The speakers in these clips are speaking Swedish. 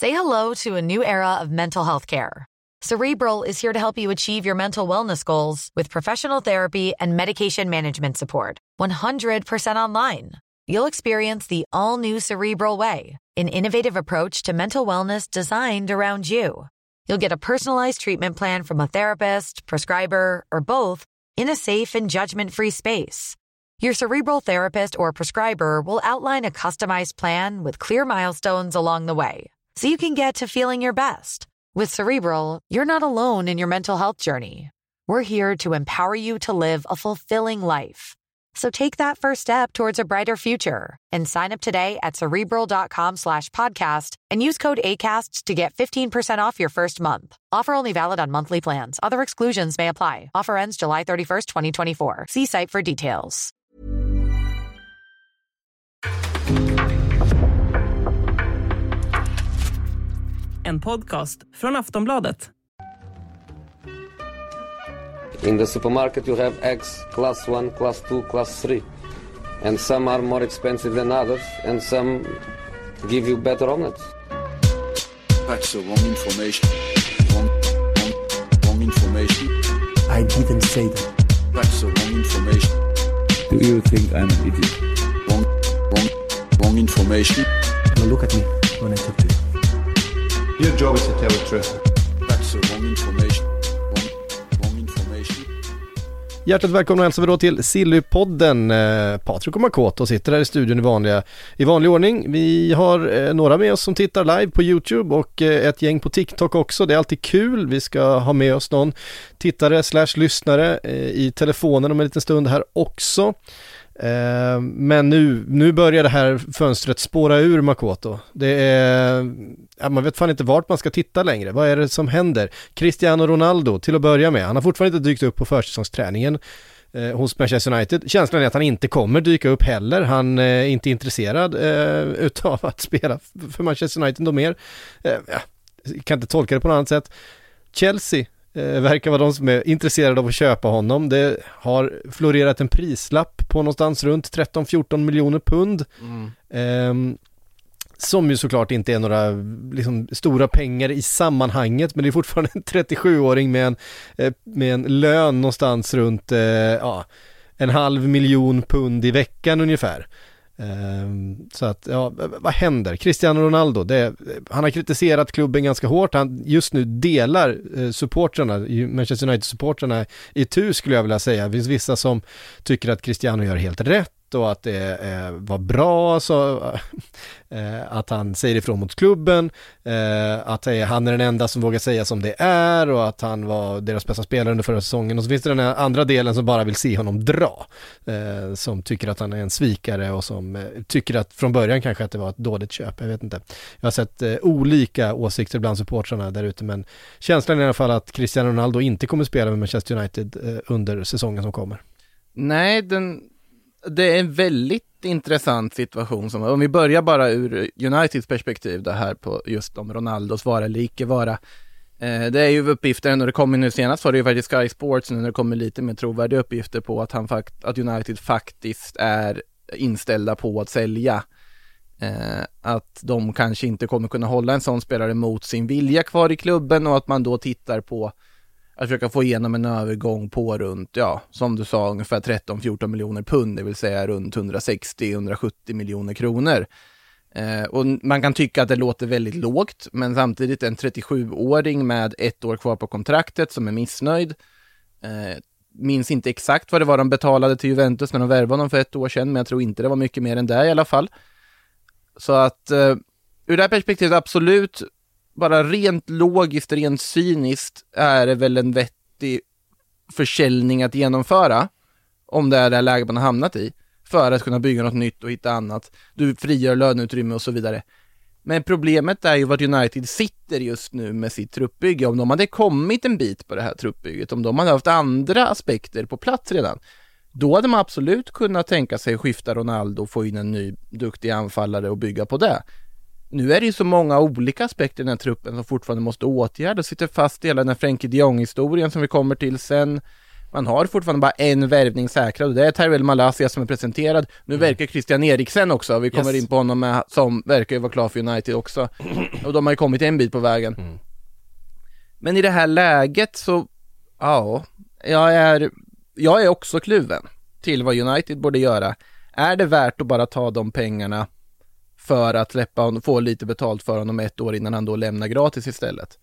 Say hello to a new era of mental health care. Cerebral is here to help you achieve your mental wellness goals with professional therapy and medication management support. 100% online. You'll experience the all-new Cerebral way, an innovative approach to mental wellness designed around you. You'll get a personalized treatment plan from a therapist, prescriber, or both in a safe and judgment-free space. Your Cerebral therapist or prescriber will outline a customized plan with clear milestones along the way, so you can get to feeling your best. With Cerebral, you're not alone in your mental health journey. We're here to empower you to live a fulfilling life. So take that first step towards a brighter future and sign up today at Cerebral.com/podcast and use code ACAST to get 15% off your first month. Offer only valid on monthly plans. Other exclusions may apply. Offer ends July 31st, 2024. See site for details. En podcast från Aftonbladet. In the supermarket you have eggs class 1, class 2, class 3. And some are more expensive than others and some give you better omelets. That's the wrong information. Wrong information. I didn't say that. That's the wrong information. Do you think I'm an idiot? Wrong information. Now look at me when I talk to you. Your job is to tell the truth. That's the wrong information. Wrong information. Hjärtligt välkomna hälsar vi då till Sillypodden. Patrik och Makoto sitter här i studion i vanlig ordning. Vi har några med oss som tittar live på YouTube och ett gäng på TikTok också. Det är alltid kul. Vi ska ha med oss någon tittare/lyssnare i telefonen om en liten stund här också. Men nu börjar det här fönstret spåra ur, Makoto. Det är, man vet fan inte vart man ska titta längre. Vad är det som händer? Cristiano Ronaldo till att börja med. Han har fortfarande inte dykt upp på försäsongsträningen hos Manchester United. Känslan är att han inte kommer dyka upp heller. Han är inte intresserad utav att spela för Manchester United och mer. Kan inte tolka det på något annat sätt. Chelsea verkar vara de som är intresserade av att köpa honom. Det har florerat en prislapp på någonstans runt 13-14 miljoner pund. Som ju såklart inte är några liksom, stora pengar i sammanhanget, men det är fortfarande en 37-åring med en lön någonstans runt 500 000 pund i veckan ungefär. Så att, vad händer? Cristiano Ronaldo, han har kritiserat klubben ganska hårt. Han just nu delar Manchester United-supportrarna i skulle jag vilja säga. Det finns vissa som tycker att Cristiano gör helt rätt och att det var bra så, att han säger ifrån mot klubben, att han är den enda som vågar säga som det är och att han var deras bästa spelare under förra säsongen. Och så finns det den här andra delen som bara vill se honom dra, som tycker att han är en svikare och som tycker att från början kanske att det var ett dåligt köp. Jag vet inte. Jag har sett olika åsikter bland supportrarna där ute, men känslan är i alla fall att Cristiano Ronaldo inte kommer spela med Manchester United under säsongen som kommer. Nej, det är en väldigt intressant situation. Om vi börjar bara ur Uniteds perspektiv det här på just om Ronaldos vara eller icke vara. Det är ju uppgifter, när det kommer nu senast var det ju faktiskt Sky Sports, nu när det kommer lite mer trovärdiga uppgifter på att att United faktiskt är inställda på att sälja. Att de kanske inte kommer kunna hålla en sån spelare mot sin vilja kvar i klubben och att man då tittar på att försöka få igenom en övergång på runt, som du sa, ungefär 13-14 miljoner pund, det vill säga runt 160-170 miljoner kronor. Och man kan tycka att det låter väldigt lågt, men samtidigt en 37-åring med 1 år kvar på kontraktet som är missnöjd. Minns inte exakt vad det var de betalade till Juventus när de värvade honom för 1 år sedan, men jag tror inte det var mycket mer än det i alla fall. Så att ur det här perspektivet absolut, bara rent logiskt, rent cyniskt är det väl en vettig försäljning att genomföra om det är det läge man har hamnat i för att kunna bygga något nytt och hitta annat. Du frigör löneutrymme och så vidare. Men problemet är ju vad United sitter just nu med sitt truppbygge. Om de hade kommit en bit på det här truppbygget, om de hade haft andra aspekter på plats redan, då hade man absolut kunnat tänka sig skifta Ronaldo och få in en ny duktig anfallare och bygga på det. Nu är det ju så många olika aspekter i den här truppen som fortfarande måste åtgärdas. Sitter fast i hela den här Frenkie de Jong-historien som vi kommer till sen. Man har fortfarande bara en värvning säkrad och det är Tyrell Malacia som är presenterad. Nu verkar Christian Eriksen också. Vi kommer in på honom som verkar ju vara klar för United också. Och de har ju kommit en bit på vägen. Men i det här läget så jag är också kluven till vad United borde göra. Är det värt att bara ta de pengarna för att släppa honom, få lite betalt för honom 1 år innan han då lämnar gratis istället?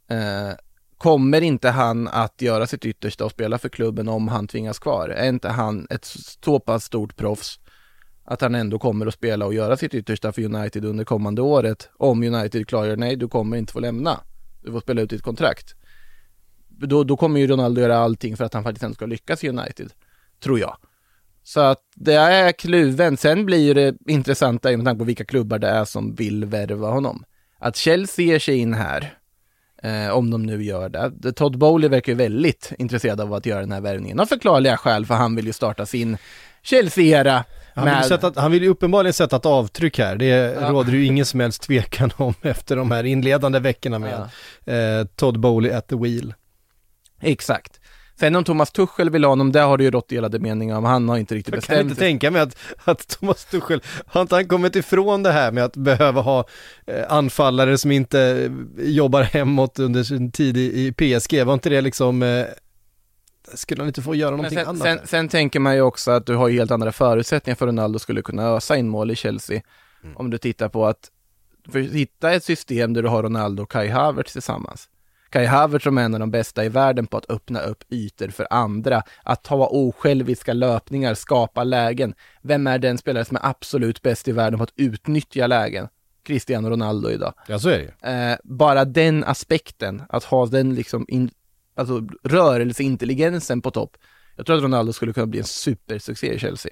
Kommer inte han att göra sitt yttersta och spela för klubben om han tvingas kvar? Är inte han ett så pass stort proffs att han ändå kommer att spela och göra sitt yttersta för United under kommande året? Om United klarar nej, du kommer inte få lämna. Du får spela ut ditt kontrakt. Då kommer ju Ronaldo göra allting för att han faktiskt ska lyckas i United, tror jag. Så att det är kluven. Sen blir det intressanta med tanke på vilka klubbar det är som vill värva honom. Att Chelsea ger sig in här, om de nu gör det. Todd Bowley verkar ju väldigt intresserad av att göra den här värvningen. Av förklarliga skäl, för han vill ju starta sin Chelsea-era. Han vill ju uppenbarligen sätta ett avtryck här. Det råder ju ingen som helst tvekan om efter de här inledande veckorna med Todd Bowley at the wheel. Exakt. Sen om Thomas Tuchel vill ha honom, där har det ju rått delade meningar om. Han har inte riktigt bestämt sig. Jag kan inte tänka mig att Thomas Tuchel, har inte han kommit ifrån det här med att behöva ha anfallare som inte jobbar hemåt under sin tid i PSG? Var inte det liksom... skulle han inte få göra någonting annat? Sen tänker man ju också att du har ju helt andra förutsättningar för Ronaldo skulle kunna ösa in mål i Chelsea. Om du tittar på att hitta ett system där du har Ronaldo och Kai Havertz tillsammans. Kai Havertz som är en av de bästa i världen på att öppna upp ytor för andra, att ta osjälviska löpningar, skapa lägen. Vem är den spelare som är absolut bäst i världen på att utnyttja lägen? Cristiano Ronaldo idag. Ja, så är det. Bara den aspekten, att ha den liksom alltså rörelseintelligensen på topp. Jag tror att Ronaldo skulle kunna bli en supersuccé i Chelsea.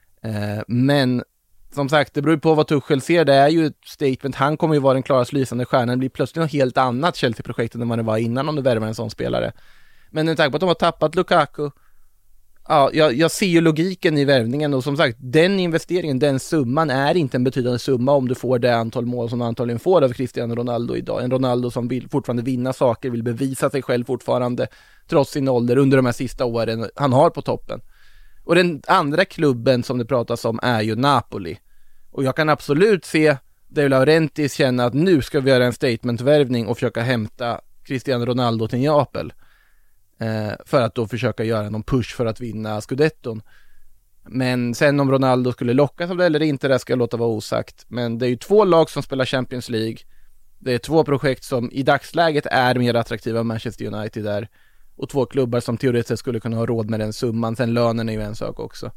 Men som sagt, det beror på vad Tuchel ser. Det är ju ett statement. Han kommer ju vara den klarast lysande stjärnan. Det blir plötsligt något helt annat Chelsea-projekt än vad det var innan om du värvar en sån spelare. Men med tanke på att de har tappat Lukaku, jag ser ju logiken i värvningen. Och som sagt, den investeringen, den summan är inte en betydande summa om du får det antal mål som du antagligen får av Cristiano Ronaldo idag. En Ronaldo som vill fortfarande vinna saker, vill bevisa sig själv fortfarande trots sin ålder under de här sista åren han har på toppen. Och den andra klubben som det pratas om är ju Napoli. Och jag kan absolut se De Laurentiis känna att nu ska vi göra en statementvärvning och försöka hämta Cristiano Ronaldo till Neapel. För att då försöka göra någon push för att vinna Scudetton. Men sen om Ronaldo skulle lockas av det eller inte, det ska jag låta vara osagt. Men det är ju 2 lag som spelar Champions League. Det är 2 projekt som i dagsläget är mer attraktiva än Manchester United där. Och 2 klubbar som teoretiskt skulle kunna ha råd med den summan. Sen lönen är ju en sak också.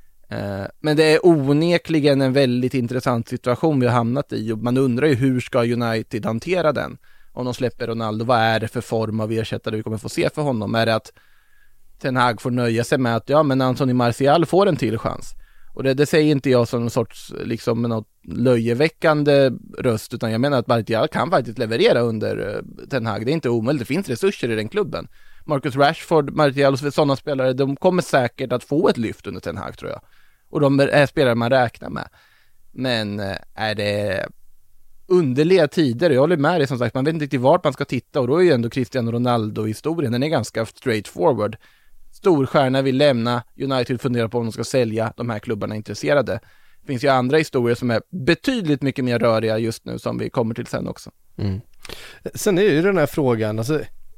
Men det är onekligen en väldigt intressant situation vi har hamnat i. Och man undrar ju hur ska United hantera den? Om de släpper Ronaldo, vad är det för form av ersättare vi kommer få se för honom? Är det att Ten Hag får nöja sig med att men Anthony Martial får en till chans? Och det säger inte jag som en sorts liksom något löjeväckande röst, utan jag menar att Martial kan faktiskt leverera under Ten Hag. Det är inte omöjligt, det finns resurser i den klubben. Marcus Rashford, Martial och sådana spelare, de kommer säkert att få ett lyft under Ten Hag, tror jag. Och de är spelare man räknar med. Men är det underliga tider? Jag håller med dig, som sagt, man vet inte riktigt vart man ska titta, och då är ju ändå Cristiano Ronaldo-historien, den är ganska straightforward. Storstjärna vill lämna, United funderar på om de ska sälja, de här klubbarna är intresserade. Det finns ju andra historier som är betydligt mycket mer röriga just nu, som vi kommer till sen också. Sen är ju den här frågan, alltså,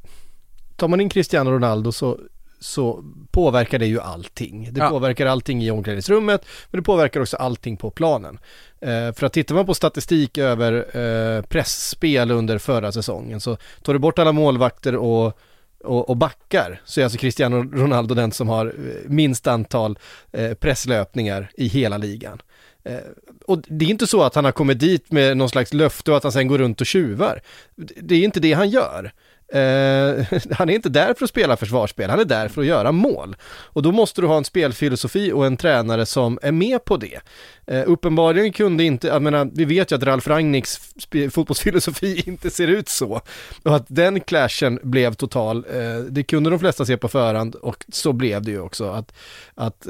tar man in Cristiano Ronaldo så påverkar det ju allting. Det påverkar allting i omklädningsrummet, men det påverkar också allting på planen. För att tittar man på statistik över pressspel under förra säsongen, så tar du bort alla målvakter och backar, så är alltså Cristiano Ronaldo den som har minst antal presslöpningar i hela ligan. Och det är inte så att han har kommit dit med någon slags löfte och att han sen går runt och tjuvar. Det är inte det han gör. Han är inte där för att spela försvarsspel, han är där för att göra mål. Och då måste du ha en spelfilosofi och en tränare som är med på det. Uppenbarligen kunde inte, jag menar, vi vet ju att Ralf Rangnicks fotbollsfilosofi inte ser ut så. Och att den clashen blev total, det kunde de flesta se på förhand, och så blev det ju också. Att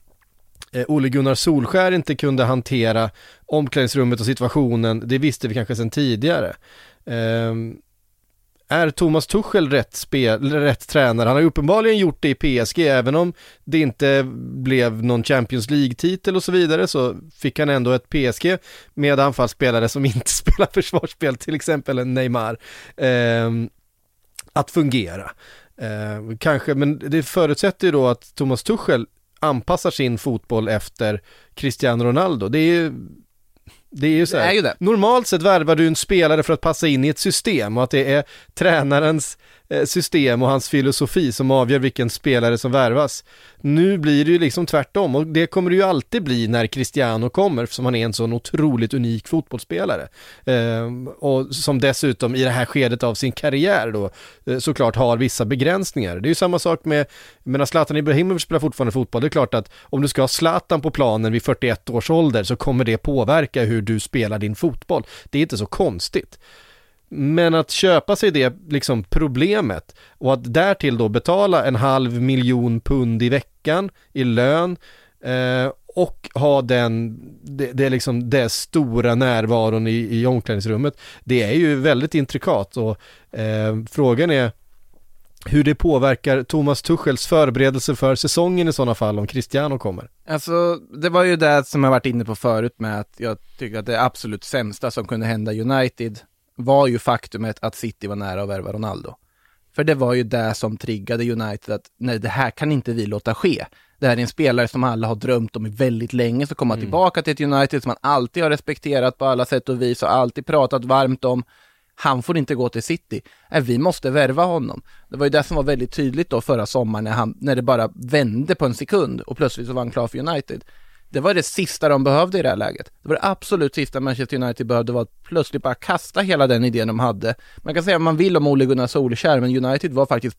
Ole Gunnar Solskjær inte kunde hantera omklädningsrummet och situationen, det visste vi kanske sedan tidigare. är Thomas Tuchel rätt tränare? Han har ju uppenbarligen gjort det i PSG, även om det inte blev någon Champions League-titel och så vidare, så fick han ändå ett PSG med anfallsspelare som inte spelar försvarsspel, till exempel en Neymar, att fungera. Kanske, men det förutsätter ju då att Thomas Tuchel anpassar sin fotboll efter Cristiano Ronaldo. Det är ju så här. Det är ju det. Normalt sett värvar du en spelare för att passa in i ett system, och att det är tränarens system och hans filosofi som avgör vilken spelare som värvas. Nu blir det ju liksom tvärtom, och det kommer det ju alltid bli när Cristiano kommer, som han är en sån otroligt unik fotbollsspelare, och som dessutom i det här skedet av sin karriär då såklart har vissa begränsningar. Det är ju samma sak med Zlatan Ibrahimovic spelar fortfarande fotboll. Det är klart att om du ska ha Zlatan på planen vid 41 års ålder så kommer det påverka hur du spelar din fotboll. Det är inte så konstigt. Men att köpa sig det liksom problemet, och att därtill då betala 500 000 pund i veckan i lön, och ha det stora närvaron i omklädningsrummet, det är ju väldigt intrikat, och frågan är hur det påverkar Thomas Tuchels förberedelse för säsongen i sådana fall om Cristiano kommer. Alltså, det var ju det som jag varit inne på förut med att jag tycker att det absolut sämsta som kunde hända United var ju faktumet att City var nära att värva Ronaldo. För det var ju det som triggade United att nej, det här kan inte vi låta ske. Det här är en spelare som alla har drömt om i väldigt länge, så komma tillbaka till ett United som man alltid har respekterat på alla sätt och vis och alltid pratat varmt om. Han får inte gå till City. Vi måste värva honom. Det var ju det som var väldigt tydligt då förra sommaren när det bara vände på en sekund och plötsligt så var han klar för United. Det var det sista de behövde i det här läget. Det var det absolut sista Manchester United behövde, var att plötsligt bara kasta hela den idén de hade. Man kan säga att man vill om Ole Gunnar Solskjær, men United var faktiskt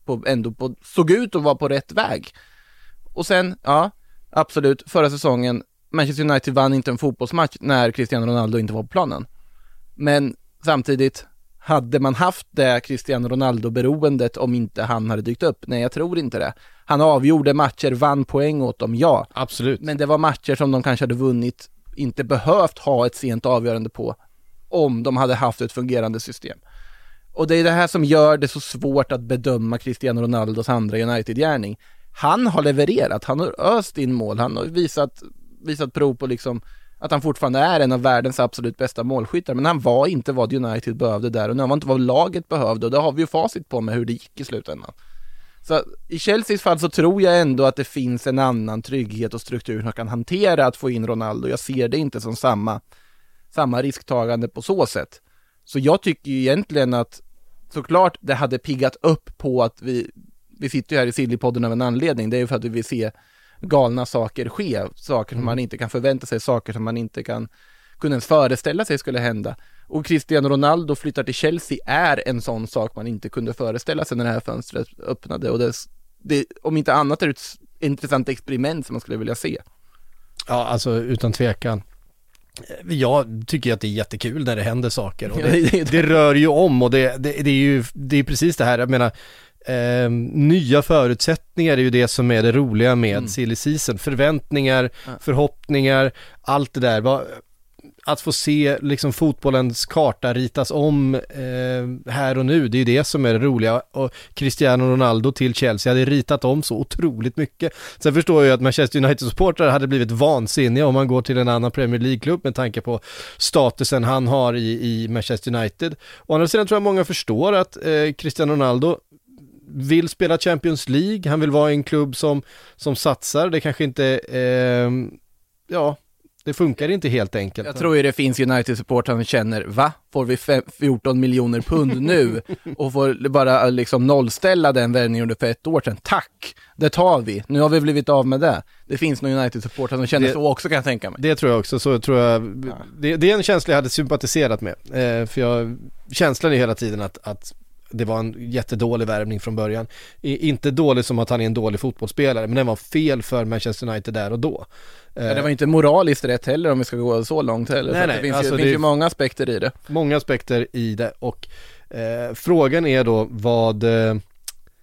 såg ut att vara på rätt väg. Och sen, ja, absolut, förra säsongen, Manchester United vann inte en fotbollsmatch när Cristiano Ronaldo inte var på planen. Men samtidigt, hade man haft det Cristiano Ronaldo-beroendet om inte han hade dykt upp? Nej, jag tror inte det. Han avgjorde matcher, vann poäng åt dem, ja. Absolut. Men det var matcher som de kanske hade vunnit, inte behövt ha ett sent avgörande på, om de hade haft ett fungerande system. Och det är det här som gör det så svårt att bedöma Cristiano Ronaldos andra United-gärning. Han har levererat, han har öst in mål, han har visat prov på liksom att han fortfarande är en av världens absolut bästa målskyttar, men han var inte vad United behövde där, och nu var inte vad laget behövde, och det har vi ju facit på med hur det gick i slutändan. Så i Chelseas fall så tror jag ändå att det finns en annan trygghet och struktur som kan hantera att få in Ronaldo. Jag ser det inte som samma risktagande på så sätt. Så jag tycker ju egentligen att såklart det hade piggat upp på att vi sitter ju här i Sillypodden av en anledning. Det är ju för att vi vill se galna saker ske, saker som man inte kan förvänta sig, saker som man inte kunde ens föreställa sig skulle hända. Och Cristiano Ronaldo flyttar till Chelsea är en sån sak man inte kunde föreställa sig när det här fönstret öppnade, och det om inte annat är det ett intressant experiment som man skulle vilja se. Ja, alltså utan tvekan. Jag tycker att det är jättekul när det händer saker, och det rör ju om, och det är precis det här, jag menar, nya förutsättningar är ju det som är det roliga med silly season. Förväntningar, förhoppningar, allt det där. Att få se liksom fotbollens karta ritas om här och nu, det är ju det som är det roliga. Och Cristiano Ronaldo till Chelsea hade ritat om så otroligt mycket. Sen förstår jag att Manchester United-supportrar hade blivit vansinniga om man går till en annan Premier League-klubb med tanke på statusen han har i Manchester United. Och andra sidan tror jag många förstår att Cristiano Ronaldo vill spela Champions League, han vill vara i en klubb som satsar. Det kanske inte det funkar inte helt enkelt. Jag tror ju det finns United-supportrar som känner, får vi 14 miljoner pund nu och får bara liksom nollställa den värvningen under för 1 år sedan. Tack, det tar vi. Nu har vi blivit av med det. Det finns nog United-supportrar som känner så också, kan jag tänka mig. Det tror jag också, så tror jag. Ja. Det är en känsla jag hade sympatiserat med. För känslan är hela tiden att det var en jättedålig värvning från början. Inte dålig som att han är en dålig fotbollsspelare, men den var fel för Manchester United där och då. Det var inte moraliskt rätt heller, om vi ska gå så långt heller. Nej, det finns ju många aspekter i det. Många aspekter i det, och frågan är då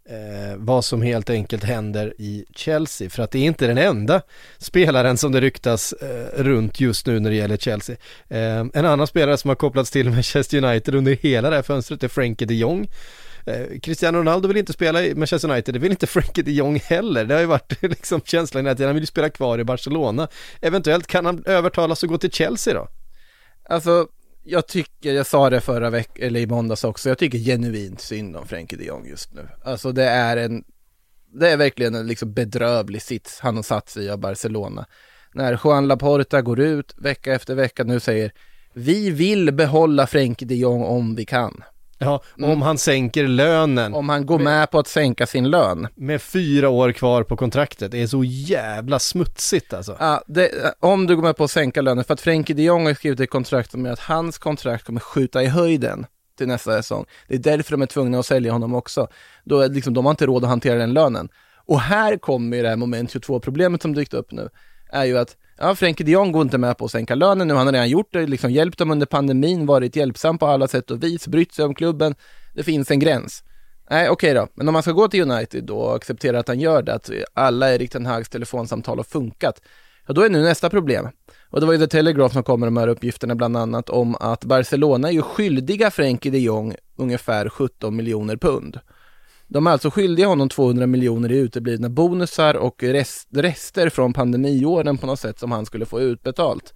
vad som helt enkelt händer i Chelsea, för att det är inte den enda spelaren som det ryktas runt just nu när det gäller Chelsea. En annan spelare som har kopplats till Manchester United under hela det här fönstret är Frenkie de Jong. Cristiano Ronaldo vill inte spela i Manchester United, det vill inte Frenkie de Jong heller. Det har ju varit liksom känslan att han vill spela kvar i Barcelona. Eventuellt kan han övertalas och gå till Chelsea då? Alltså, jag sa det förra veckan, eller i måndags också, jag tycker genuint synd om Frenkie de Jong just nu. Alltså det är verkligen en liksom bedrövlig sits han har satt sig i av Barcelona. När Joan Laporta går ut vecka efter vecka nu säger vi vill behålla Frenkie de Jong om vi kan. Ja, om han sänker lönen. Om han går med på att sänka sin lön. Med 4 år kvar på kontraktet. Det är så jävla smutsigt alltså. Ja, om du går med på att sänka lönen. För att Frenkie de Jong har skrivit ett kontrakt som gör att hans kontrakt kommer skjuta i höjden till nästa säsong. Det är därför de är tvungna att sälja honom också. Då är liksom, de har inte råd att hantera den lönen. Och här kommer ju det här moment 22-problemet som dykt upp nu. Är ju att Frenkie de Jong går inte med på att sänka lönen nu. Han har redan gjort det, liksom hjälpt dem under pandemin, varit hjälpsam på alla sätt och vis, brytt sig om klubben. Det finns en gräns. Nej, okej då. Men om man ska gå till United och acceptera att han gör det, att alla Erik ten Hags telefonsamtal har funkat, ja då är nu nästa problem. Och det var ju The Telegraph som kommer de här uppgifterna bland annat om att Barcelona är ju skyldiga Frenkie de Jong ungefär 17 miljoner pund. De är alltså skyldiga honom 200 miljoner i uteblivna bonusar och rester från pandemiåren på något sätt som han skulle få utbetalt.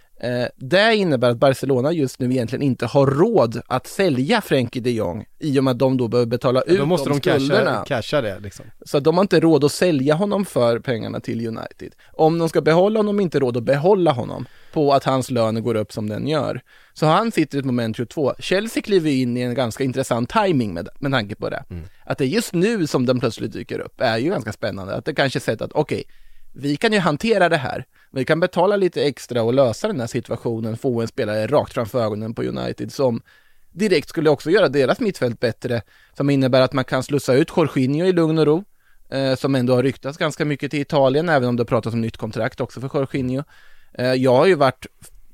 Det innebär att Barcelona just nu egentligen inte har råd att sälja Frenkie de Jong i och med att de då behöver betala ut då måste de skulderna. casha det liksom. Så de har inte råd att sälja honom för pengarna till United. Om de ska behålla honom, inte råd att behålla honom på att hans lön går upp som den gör. Så han sitter i ett moment 22. Chelsea kliver in i en ganska intressant timing med tanke på det. Att det är just nu som den plötsligt dyker upp är ju ganska spännande. Att det kanske är sett att okej, vi kan ju hantera det här. Vi kan betala lite extra och lösa den här situationen, få en spelare rakt framför ögonen på United som direkt skulle också göra deras mittfält bättre, som innebär att man kan slussa ut Jorginho i lugn och ro, som ändå har ryktats ganska mycket till Italien, även om det pratas om nytt kontrakt också för Jorginho. Jag har ju varit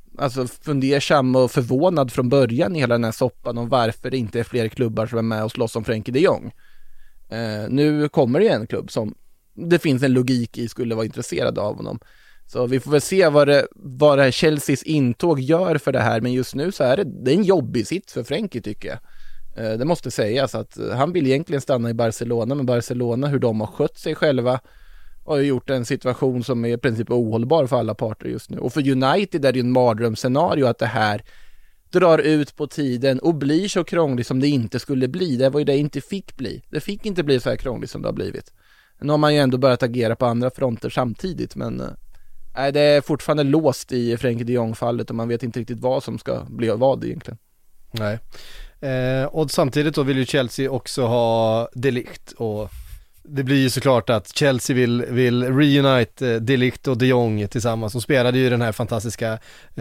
fundersam och förvånad från början i hela den här soppan om varför det inte är fler klubbar som är med och slåss om Frenkie de Jong. Nu kommer det en klubb som det finns en logik i skulle vara intresserad av honom. Så vi får väl se vad det här Chelseas intåg gör för det här, men just nu så är det en jobbig sitt för Frenkie tycker jag. Det måste sägas att han vill egentligen stanna i Barcelona, men Barcelona, hur de har skött sig själva, har gjort en situation som är i princip ohållbar för alla parter just nu. Och för United är det ju en mardrömsscenario att det här drar ut på tiden och blir så krångligt som det inte skulle bli. Det var ju det inte fick bli. Det fick inte bli så här krångligt som det har blivit. Nu har man ju ändå börjat agera på andra fronter samtidigt, men det är fortfarande låst i Frenkie de Jong-fallet och man vet inte riktigt vad som ska bli av vad egentligen. Nej. Och samtidigt då vill ju Chelsea också ha De Ligt, och det blir ju såklart att Chelsea vill reunite De Ligt och De Jong tillsammans. De spelade ju den här fantastiska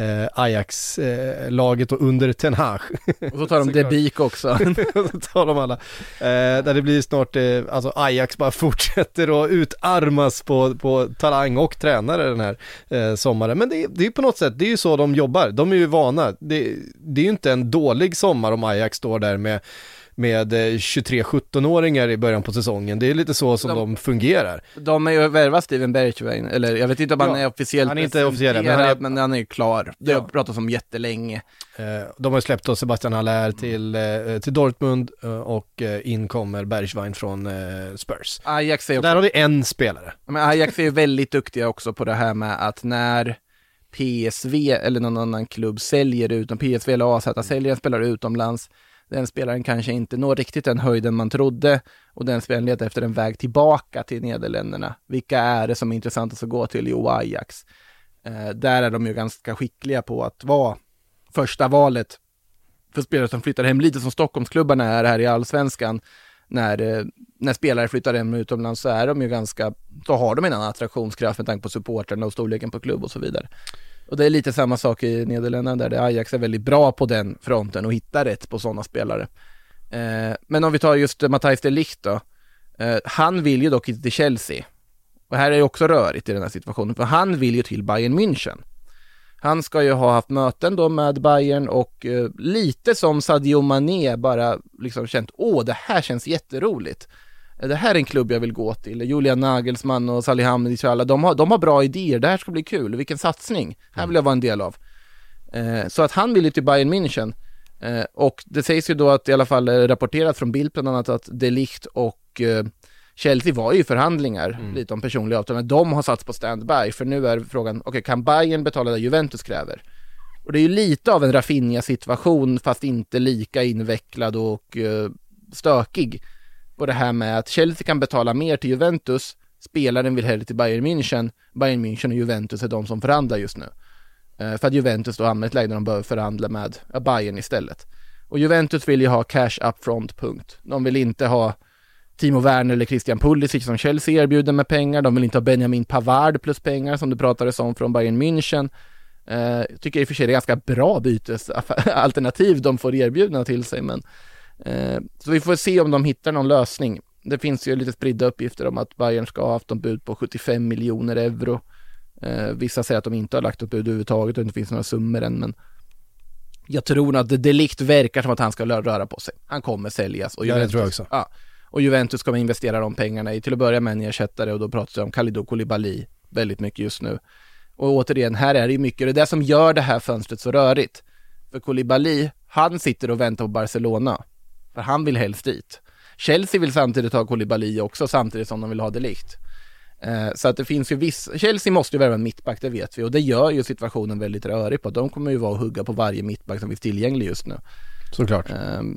Ajax-laget och under Ten Hag. Och så tar de Debik också. Och så tar de alla. Där det blir snart, alltså Ajax bara fortsätter att utarmas på talang och tränare den här sommaren. Men det är ju på något sätt, det är ju så de jobbar. De är ju vana. Det är ju inte en dålig sommar om Ajax står där med 23-17-åringar i början på säsongen. Det är lite så som de fungerar. De är ju värvat Steven Bergwijn, eller jag vet inte om han är officiellt. Han är inte officiell, men han är ju klar. Det har pratats om jättelänge. De har släppt då Sebastian Haller till Dortmund och in kommer Bergwijn från Spurs. Ajax är också, där har vi en spelare. Men Ajax är ju väldigt duktiga också på det här med att när PSV eller någon annan klubb säljer utom PSV eller AZ säljer en spelare utomlands, den spelaren kanske inte når riktigt den höjden man trodde och den spelaren letar efter en väg tillbaka till Nederländerna. Vilka är det som är intressant att gå till? Jo, Ajax. Där är de ju ganska skickliga på att vara första valet för spelare som flyttar hem, lite som Stockholmsklubbarna är här i Allsvenskan. När spelare flyttar hem utomlands så är de ju så har de en annan attraktionskraft med tanke på supporterna och storleken på klubb och så vidare. Och det är lite samma sak i Nederländerna där Ajax är väldigt bra på den fronten och hittar rätt på sådana spelare. Men om vi tar just Matthijs de Ligt då. Han vill ju dock inte till Chelsea. Och här är det också rörigt i den här situationen. För han vill ju till Bayern München. Han ska ju ha haft möten då med Bayern och lite som Sadio Mané bara liksom känt, det här känns jätteroligt. det här är en klubb jag vill gå till. Julian Nagelsmann och Salihamidzic och alla, de har bra idéer, det här ska bli kul, vilken satsning, här vill jag vara en del av. Så att han vill ju till Bayern München. Och det sägs ju då att i alla fall rapporterat från Bild bland annat att De Ligt och Chelsea var ju i förhandlingar lite om personliga avtal, men de har satts på standby, för nu är frågan, okej, kan Bayern betala det Juventus kräver? Och det är ju lite av en Rafinha-situation, fast inte lika invecklad och stökig på det här med att Chelsea kan betala mer till Juventus, spelaren vill hellre till Bayern München och Juventus är de som förhandlar just nu. För att Juventus då hamnar i ett läge där de behöver förhandla med Bayern istället. Och Juventus vill ju ha cash upfront, punkt. De vill inte ha Timo Werner eller Christian Pulisic som Chelsea erbjuder med pengar. De vill inte ha Benjamin Pavard plus pengar som det pratades om från Bayern München. Jag tycker i och för sig det är ganska bra bytesalternativ de får erbjudna till sig, men så vi får se om de hittar någon lösning. Det finns ju lite spridda uppgifter om att Bayern ska ha haft en bud på 75 miljoner euro. Vissa säger att de inte har lagt upp bud överhuvudtaget och det inte finns några summor än, men jag tror att det likt verkar som att han ska röra på sig. Han kommer säljas och Juventus, det tror jag också. Ja, och Juventus kommer investera de pengarna i till att börja med en ersättare, och då pratar vi om Kalidou Koulibaly väldigt mycket just nu. Och återigen, här är det ju mycket, det är det som gör det här fönstret så rörigt. För Koulibaly, han sitter och väntar på Barcelona, för han vill helst dit. Chelsea vill samtidigt ha Koulibaly också, samtidigt som de vill ha De Ligt. Så att det finns ju Chelsea måste ju värva en mittback, det vet vi, och det gör ju situationen väldigt rörig på. De kommer ju vara och hugga på varje mittback som finns tillgänglig just nu. Såklart.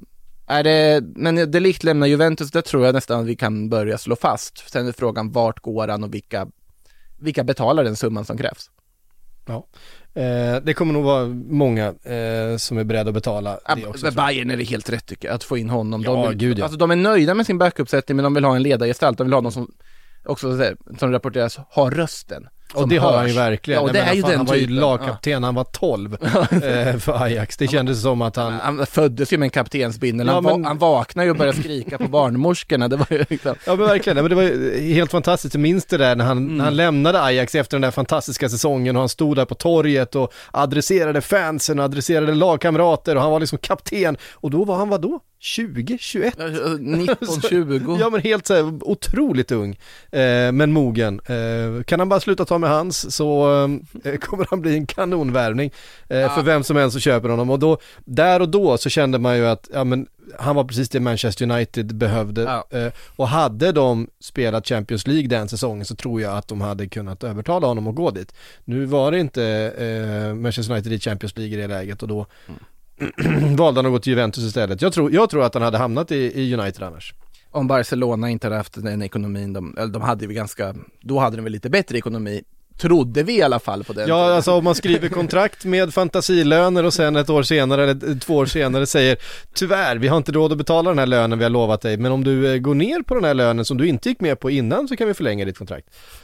Men De Ligt lämnar Juventus, det tror jag nästan vi kan börja slå fast. Sen är frågan vart går han och vilka betalar den summan som krävs. Ja. Det kommer nog vara många som är beredda att betala det också. För Bayern är det helt rätt tycker jag, att få in honom. Ja, de är nöjda med sin backuppsättning, men de vill ha en ledargestalt. De vill ha någon som också, som rapporteras, har rösten. Och det har han ju verkligen. Ja, det är ju den han var ju typen. lagkapten, han var 12 för Ajax. Det kändes som att han föddes ju med en kaptensbindel. Han vaknade ju och började skrika på barnmorskorna. Det var ju liksom... Ja, men verkligen. Men det var ju helt fantastiskt. Jag minns det där när han lämnade Ajax efter den där fantastiska säsongen, och han stod där på torget och adresserade fansen och adresserade lagkamrater, och han var liksom kapten. Och då var han vadå? 20, 21? 19, 20. Ja, men helt så här, otroligt ung, men mogen. Kan han bara sluta ta med hans, så kommer han bli en kanonvärvning för vem som helst som köper honom. Och då så kände man ju att han var precis det Manchester United behövde. Och hade de spelat Champions League den säsongen, så tror jag att de hade kunnat övertala honom att gå dit. Nu var det inte Manchester United i Champions League i det läget, och då valde han att gå till Juventus istället. Jag tror att han hade hamnat i United annars. Om Barcelona inte hade haft den ekonomin, de hade ju då hade de väl lite bättre ekonomi, trodde vi i alla fall på den. Ja, tiden. Alltså om man skriver kontrakt med fantasilöner och sen ett år senare eller 2 år senare säger tyvärr, vi har inte råd att betala den här lönen vi har lovat dig, men om du går ner på den här lönen som du inte gick med på innan, så kan vi förlänga ditt kontrakt.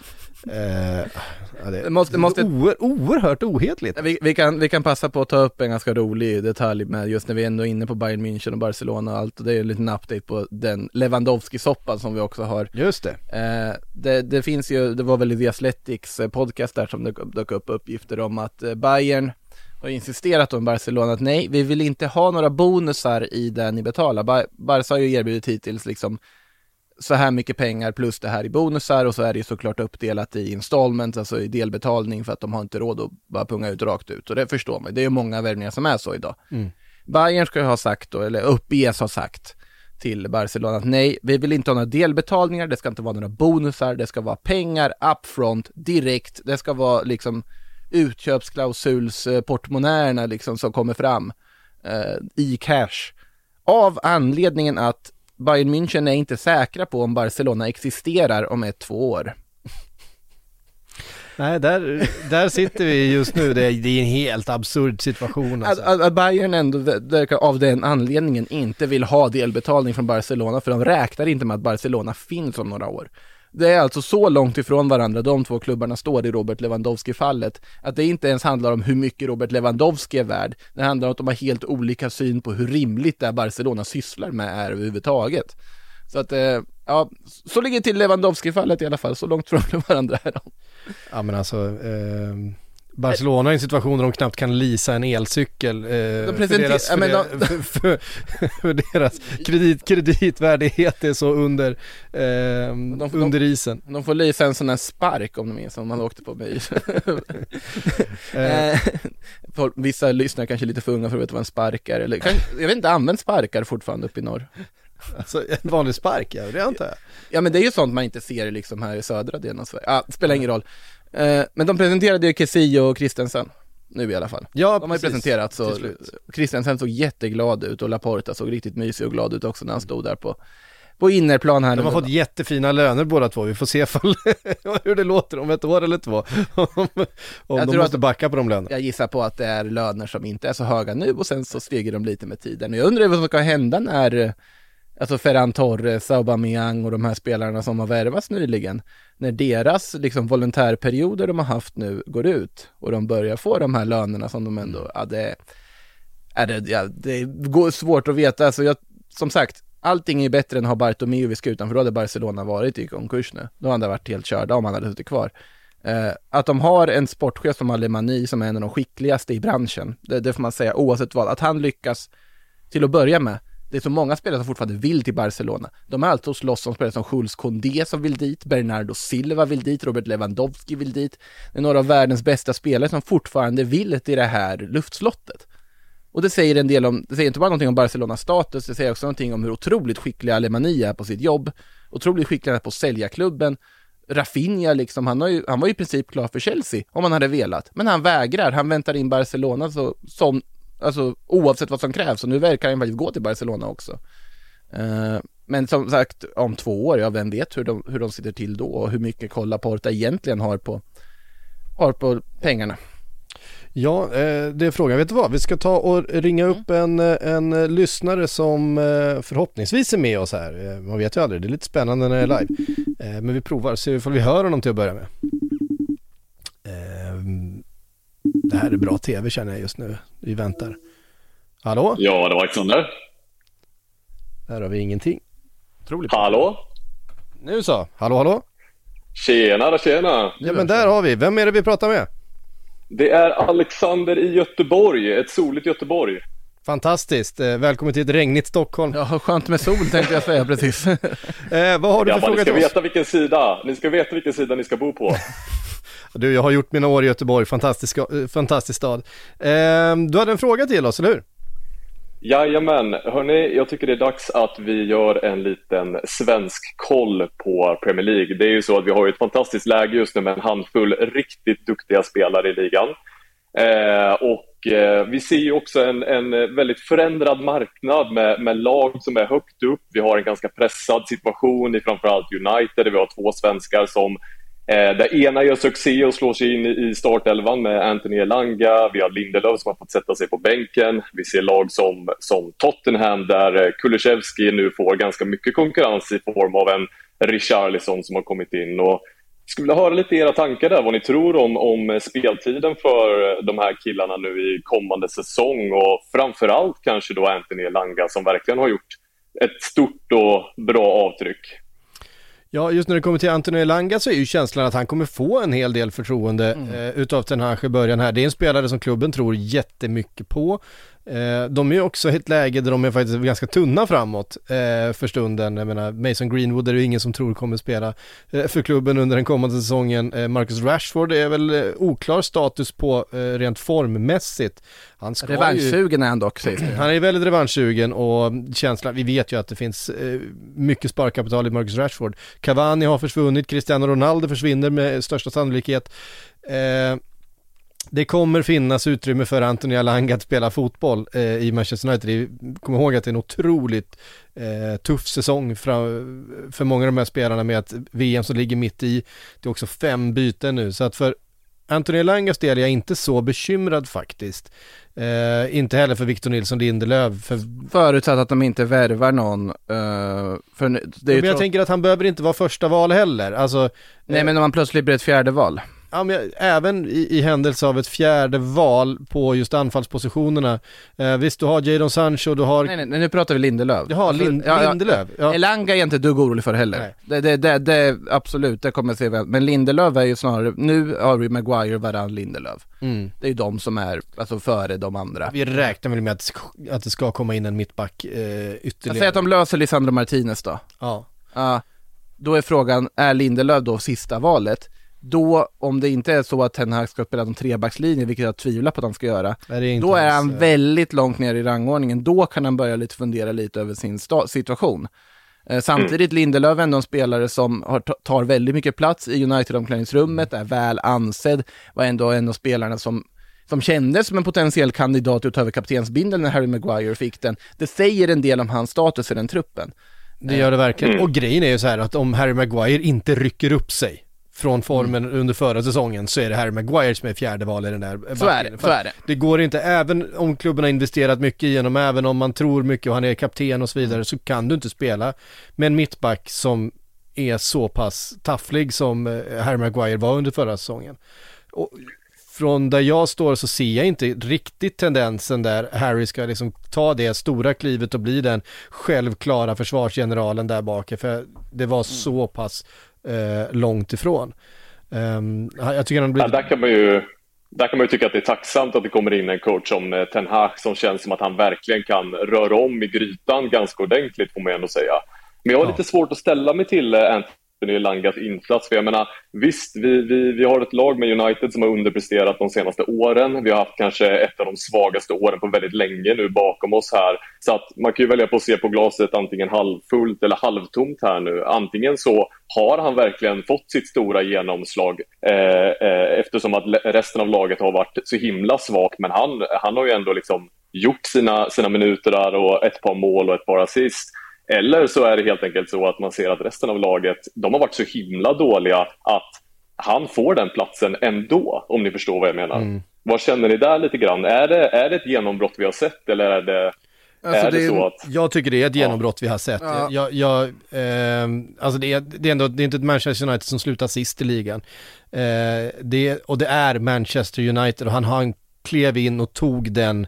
Det måste oerhört ohetligt. Vi kan passa på att ta upp en ganska rolig detalj med, just när vi ändå är inne på Bayern München och Barcelona och allt, och det är en liten update på den Lewandowski-soppan som vi också har. Just det. Det finns ju, det var väl i The Athletics podcast där som det dök upp uppgifter om att Bayern har insisterat om Barcelona att nej, vi vill inte ha några bonusar i det ni betalar. Barca har ju erbjudit hittills liksom så här mycket pengar plus det här i bonusar, och så är det ju såklart uppdelat i installment, alltså i delbetalning, för att de har inte råd att bara punga ut rakt ut, och det förstår man. Det är ju många värvningar som är så idag. Bayern ska ju ha sagt då, eller uppges ha sagt till Barcelona att nej, vi vill inte ha några delbetalningar, det ska inte vara några bonusar, det ska vara pengar upfront direkt, det ska vara liksom utköpsklausuls portmonnärerna liksom som kommer fram i cash, av anledningen att Bayern München är inte säkra på om Barcelona existerar om 1-2 år. Nej, där sitter vi just nu. Det är en helt absurd situation. Alltså. Att Bayern ändå av den anledningen inte vill ha delbetalning från Barcelona, för de räknar inte med att Barcelona finns om några år. Det är alltså så långt ifrån varandra de två klubbarna står i Robert Lewandowski-fallet, att det inte ens handlar om hur mycket Robert Lewandowski är värd. Det handlar om att de har helt olika syn på hur rimligt det Barcelona sysslar med är överhuvudtaget. Så att, så ligger till Lewandowski-fallet i alla fall, så långt från varandra är de. Ja, men alltså, Barcelona är en situation där de knappt kan leasa en elcykel för deras kreditvärdighet är så under isen. De får leasa en sån här spark om de är som man åkte på mig. Vissa lyssnar kanske lite för unga för att veta vad en spark är. Eller, jag vet inte, använder sparkar fortfarande uppe i norr? Alltså en vanlig spark, ja, det antar jag. Ja, men det är ju sånt man inte ser liksom här i södra delen av Sverige. Spelar ingen roll. Men de presenterade ju Kessie och Christensen nu i alla fall. Ja, de har ju presenterat så. Christensen såg jätteglad ut och Laporta såg riktigt mysig och glad ut också när han stod där på innerplan här. De har fått jättefina löner båda två. Vi får se hur det låter om ett år eller två. om de måste backa på de lönerna. Jag gissar på att det är löner som inte är så höga nu och sen så stiger de lite med tiden. Jag undrar vad som ska hända när alltså Ferran Torres, Aubameyang och de här spelarna som har värvats nyligen, när deras liksom volontärperioder de har haft nu går ut och de börjar få de här lönerna som de ändå det går svårt att veta. Alltså som sagt, allting är bättre än att ha Bartomeu vid skutan, för då hade Barcelona varit i konkurs nu. Då hade det varit helt körda om han hade suttit kvar. Att de har en sportchef som Alemani som är en av de skickligaste i branschen, det får man säga oavsett vad. Att han lyckas till att börja med. Det är så många spelare som fortfarande vill till Barcelona. De är alltså slåss om spelare som Jules Koundé som vill dit, Bernardo Silva vill dit, Robert Lewandowski vill dit. Det är några av världens bästa spelare som fortfarande vill till det här luftslottet. Och det säger en del om, det säger inte bara någonting om Barcelonas status, det säger också någonting om hur otroligt skicklig Alemani är på sitt jobb, otroligt skicklig på att sälja klubben. Rafinha liksom, han var ju i princip klar för Chelsea om han hade velat, men han vägrar, han väntar in Barcelona alltså oavsett vad som krävs, och nu verkar han faktiskt gå till Barcelona också. Men som sagt, om 2 år, vem vet hur de sitter till då och hur mycket koll Laporta egentligen har på pengarna. Ja, det är frågan. Vet du vad? Vi ska ta och ringa upp en lyssnare som förhoppningsvis är med oss här. Man vet ju aldrig, det är lite spännande när det är live. Men vi provar, se ifall vi hör honom till att börja med. Det här är bra tv känner jag just nu. Vi väntar. Hallå? Ja, det var Alexander. Där har vi ingenting. Hallå? Nu så. Hallå? Tjena. Ja, men där har vi. Vem är det vi pratar med? Det är Alexander i Göteborg, ett soligt Göteborg. Fantastiskt, välkommen till ett regnigt Stockholm. Ja, skönt med sol tänkte jag säga precis. Vad har du för fråga till oss? Ni ska veta vilken sida ni ska bo på. Du, jag har gjort mina år i Göteborg, fantastisk stad. Du hade en fråga till oss, eller hur? Jajamän, hörni, jag tycker det är dags att vi gör en liten svensk koll på Premier League. Det är ju så att vi har ett fantastiskt läge just nu med en handfull riktigt duktiga spelare i ligan. Vi ser ju också en väldigt förändrad marknad med lag som är högt upp. Vi har en ganska pressad situation i framförallt United. Vi har 2 svenskar som där ena gör succé och slår sig in i startelvan med Anthony Elanga. Vi har Lindelöf som har fått sätta sig på bänken. Vi ser lag som Tottenham där Kulusevski nu får ganska mycket konkurrens i form av en Richarlison som har kommit in. Och jag skulle vilja höra lite era tankar där, vad ni tror om speltiden för de här killarna nu i kommande säsong, och framförallt kanske då Anthony Elanga som verkligen har gjort ett stort och bra avtryck. Ja, just när det kommer till Anthony Elanga så är ju känslan att han kommer få en hel del förtroende utav Ten Hag i början här. Det är en spelare som klubben tror jättemycket på. De är ju också i ett läge där de är faktiskt ganska tunna framåt för stunden. Jag menar, Mason Greenwood är det ju ingen som tror kommer spela för klubben under den kommande säsongen. Marcus Rashford är väl oklar status på rent formmässigt. Han ska revanschsugen är han dock, sägs det. Han är väldigt revanschsugen, och känslan, vi vet ju att det finns mycket sparkapital i Marcus Rashford. Cavani har försvunnit, Cristiano Ronaldo försvinner med största sannolikhet. Det kommer finnas utrymme för Anthony Elanga att spela fotboll i Manchester United. Kom ihåg att det är en otroligt tuff säsong för många av de här spelarna med att VM som ligger mitt i. Det är också 5 byten nu, så att för Anthony Elangas del är jag inte så bekymrad faktiskt. Inte heller för Victor Nilsson Lindelöf. Förutsatt att de inte värvar någon. För det är men jag tänker att han behöver inte vara första val heller. Alltså, nej, men om man plötsligt blir ett 4:e val. Ja, men även i händelse av ett fjärde val på just anfallspositionerna. Visst, du har Jadon Sancho, du har... Nej, nu pratar vi Lindelöf. Jaha, Lindelöf. Ja. Elanga är inte dugg orolig för heller. Det absolut, det kommer att se väl. Men Lindelöf är ju snarare, nu har vi Maguire, Varane, Lindelöf. Det är ju de som är alltså före de andra. Vi räknar väl med att det ska komma in en mittback ytterligare. Jag säger att de löser Lisandro Martinez då. Ja. Då är frågan, är Lindelöf då sista valet? Då, om det inte är så att Ten Hag ska spela en trebackslinje, vilket jag tvivlar på att han ska göra, då är han väldigt långt ner i rangordningen. Då kan han börja fundera lite över sin situation. Samtidigt Lindelöf är ändå en spelare som tar väldigt mycket plats i United-omklädningsrummet, är väl ansedd, var ändå en av spelarna som kändes som en potentiell kandidat att ta över kaptensbindeln när Harry Maguire fick den. Det säger en del om hans status i den truppen. Det gör det verkligen. Och grejen är ju så här att om Harry Maguire inte rycker upp sig från formen under förra säsongen, så är det Harry Maguire som är fjärde val i den där backen. Så är det. Det går inte, även om klubben har investerat mycket igenom, även om man tror mycket och han är kapten och så vidare, så kan du inte spela med en mittback som är så pass tafflig som Harry Maguire var under förra säsongen. Och från där jag står så ser jag inte riktigt tendensen där Harry ska liksom ta det stora klivet och bli den självklara försvarsgeneralen där bak, för det var så pass långt ifrån. Jag tycker han blir... Där kan man ju tycka att det är tacksamt att det kommer in en coach som Ten Hag som känns som att han verkligen kan röra om i grytan ganska ordentligt, får man ändå säga. Men jag har lite svårt att ställa mig till Anthony Elangas insats, för jag menar, visst, vi har ett lag med United som har underpresterat de senaste åren. Vi har haft kanske ett av de svagaste åren på väldigt länge nu bakom oss här. Så att man kan ju välja på att se på glaset antingen halvfullt eller halvtomt här nu. Antingen så har han verkligen fått sitt stora genomslag eftersom att resten av laget har varit så himla svagt, men han har ju ändå liksom gjort sina minuter där och ett par mål och ett par assist. Eller så är det helt enkelt så att man ser att resten av laget, de har varit så himla dåliga att han får den platsen ändå, om ni förstår vad jag menar. Vad känner ni där lite grann? Är det ett genombrott vi har sett, eller är det... Alltså det är så att... Jag tycker det är ett genombrott vi har sett. Alltså det är inte ett Manchester United som slutar sist i ligan. Det är Manchester United, och han klev in och tog den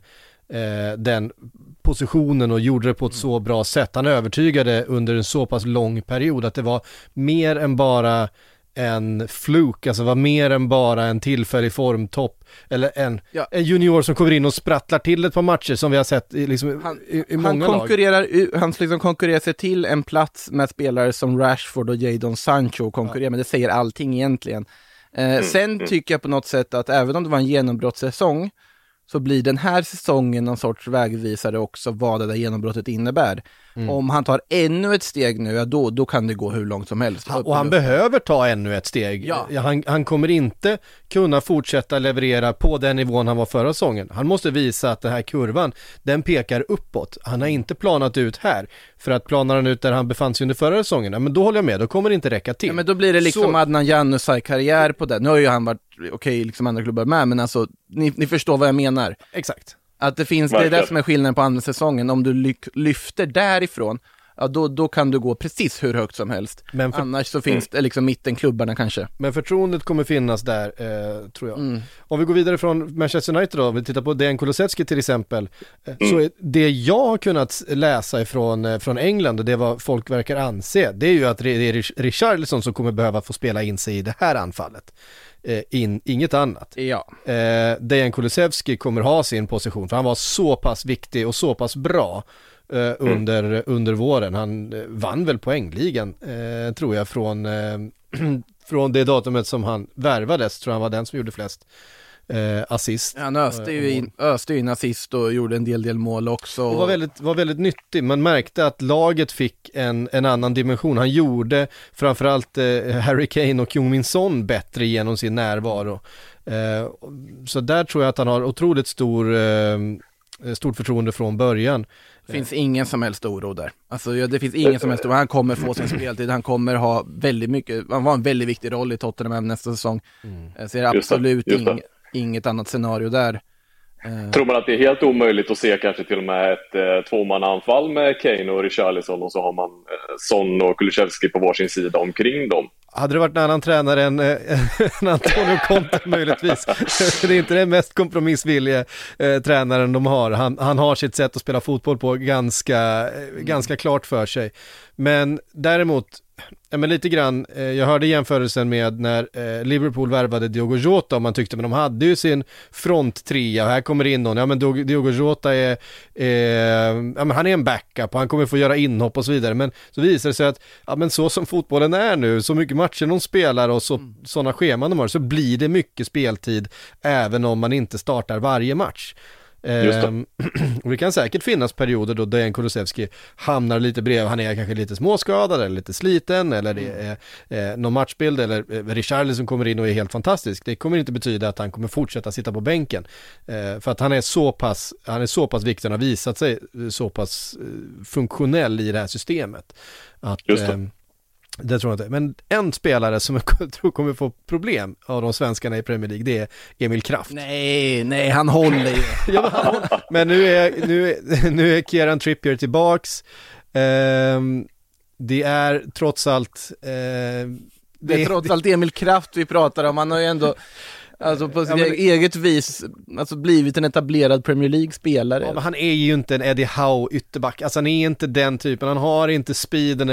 positionen och gjorde det på ett så bra sätt. Han övertygade under en så pass lång period att det var mer än bara en fluk, alltså var mer än bara en tillfällig formtopp eller en junior som kommer in och sprattlar till ett par matcher som vi har sett i många lag. Han liksom konkurrerar sig till en plats med spelare som Rashford och Jadon Sancho konkurrerar, men det säger allting egentligen. Sen tycker jag på något sätt att även om det var en genombrottssäsong, så blir den här säsongen någon sorts vägvisare också vad det där genombrottet innebär. Om han tar ännu ett steg nu, då kan det gå hur långt som helst. Och han behöver ta ännu ett steg. Han kommer inte kunna fortsätta leverera på den nivån han var förra säsongen. Han måste visa att den här kurvan, den pekar uppåt. Han har inte planat ut här. För att planar han ut där han befann sig under förra säsongen, men då håller jag med, då kommer det inte räcka till. Ja, men då blir det liksom Adnan Januzaj-karriär på det. Nu har ju han varit okej, liksom andra klubbar med, men alltså, ni förstår vad jag menar. Exakt. Att det finns, det är det som är skillnaden på andra säsongen. Om du lyfter därifrån, ja, då kan du gå precis hur högt som helst. Men annars så finns det liksom mittenklubbarna kanske. Men förtroendet kommer finnas där, tror jag. Om vi går vidare från Manchester United då, om vi tittar på Dejan Kulusevski till exempel, så är det jag har kunnat läsa från England, och det vad folk verkar anse, det är ju att det är Richarlison som kommer behöva få spela in sig i det här anfallet. Inget annat. Dejan Kulusevski kommer ha sin position, för han var så pass viktig och så pass bra under våren. Han vann väl poängligan, tror jag, från det datumet som han värvades, tror jag han var den som gjorde flest assist. Han öste in assist och gjorde en del mål också. Och var väldigt nyttig. Man märkte att laget fick en annan dimension. Han gjorde framförallt Harry Kane och Heung-min Son bättre genom sin närvaro. Så där tror jag att han har otroligt stort förtroende från början. Det finns ingen som helst oro där. Alltså, det finns ingen som helst oro. Han kommer få sin speltid. Han kommer ha väldigt mycket. Han var en väldigt viktig roll i Tottenham nästa säsong. Jag ser absolut inget annat scenario där. Tror man att det är helt omöjligt att se kanske till och med ett tvåmananfall med Kane och Richarlison, och så har man Son och Kulusevski på varsin sida omkring dem? Hade det varit en annan tränare än Antonio Conte möjligtvis. Det är inte den mest kompromissvilliga tränaren de har. Han har sitt sätt att spela fotboll på ganska klart för sig. Men däremot, men lite grann, jag hörde jämförelsen med när Liverpool värvade Diogo Jota, och man tyckte, men de hade ju sin fronttrea och här kommer in någon, men Diogo Jota men han är en backup och han kommer få göra inhopp och så vidare, men så visar det sig att men så som fotbollen är nu, så mycket matcher de spelar och sådana scheman de har, så blir det mycket speltid även om man inte startar varje match. Och det kan säkert finnas perioder då Dejan Kulusevski hamnar lite bredvid, han är kanske lite småskadad eller lite sliten, eller det är någon matchbild, eller Richarlison kommer in och är helt fantastisk. Det kommer inte betyda att han kommer fortsätta sitta på bänken, för att han är så pass viktig och har visat sig så pass funktionell i det här systemet att det tror jag inte. Men en spelare som jag tror kommer få problem av de svenskarna i Premier League, det är Emil Kraft. Nej, han håller ju. Men nu är Kieran Trippier tillbaks. Det är trots allt det är trots allt Emil Kraft vi pratar om. Han har ju ändå på sitt eget vis blivit en etablerad Premier League-spelare. Ja, men han är ju inte en Eddie Howe ytterback. Alltså han är inte den typen. Han har inte speeden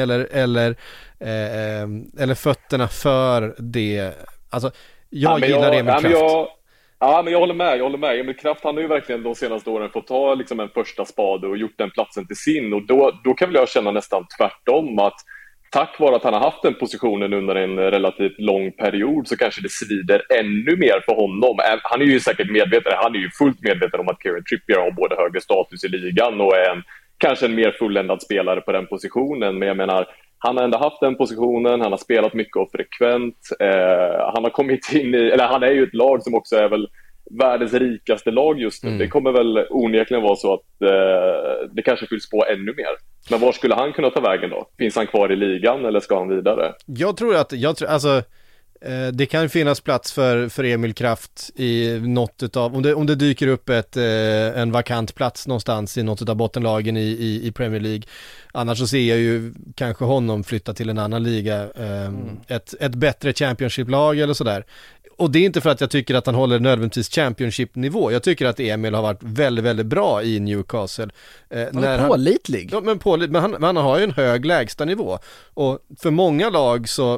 eller fötterna för det. Alltså, jag gillar Emil Kraft. Men jag håller med. Emil Kraft, han har ju verkligen de senaste åren fått ta liksom en första spade och gjort den platsen till sin. Och då kan väl jag känna nästan tvärtom, att tack vare att han har haft den positionen under en relativt lång period så kanske det svider ännu mer för honom. Han är ju säkert medveten, han är ju fullt medveten om att Kieran Trippier har både högre status i ligan och är kanske en mer fulländad spelare på den positionen. Men jag menar, han har ändå haft den positionen, han har spelat mycket och frekvent. Han har kommit in han är ju ett lag som också är väl världens rikaste lag just nu. Det kommer väl onekligen vara så att det kanske fylls på ännu mer. Men var skulle han kunna ta vägen då? Finns han kvar i ligan eller ska han vidare? Jag tror det kan finnas plats för Emil Kraft i något av, om det dyker upp en vakant plats någonstans i något av bottenlagen i Premier League. Annars så ser jag ju kanske honom flytta till en annan liga, ett bättre Championship-lag eller sådär. Och det är inte för att jag tycker att han håller nödvändigtvis Championship-nivå. Jag tycker att Emil har varit väldigt, väldigt bra i Newcastle. Pålitlig. Men han har ju en hög lägsta nivå. Och för många lag så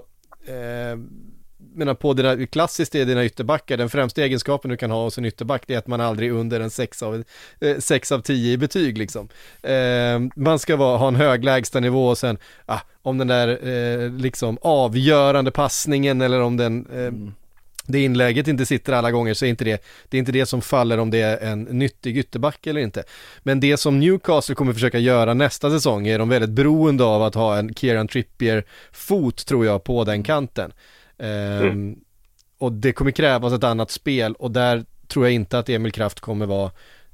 på klassiskt är dina ytterbackar, den främsta egenskapen du kan ha hos en ytterback, det är att man aldrig är under en 6 av 10 i betyg liksom. Man ska ha en hög lägsta nivå, och sen om den där liksom avgörande passningen eller om den det inlägget inte sitter alla gånger, så är det är inte det som faller om det är en nyttig ytterback eller inte. Men det som Newcastle kommer försöka göra nästa säsong är de väldigt beroende av att ha en Kieran Trippier fot, tror jag, på den kanten. Och det kommer krävas ett annat spel, och där tror jag inte att Emil Kraft kommer vara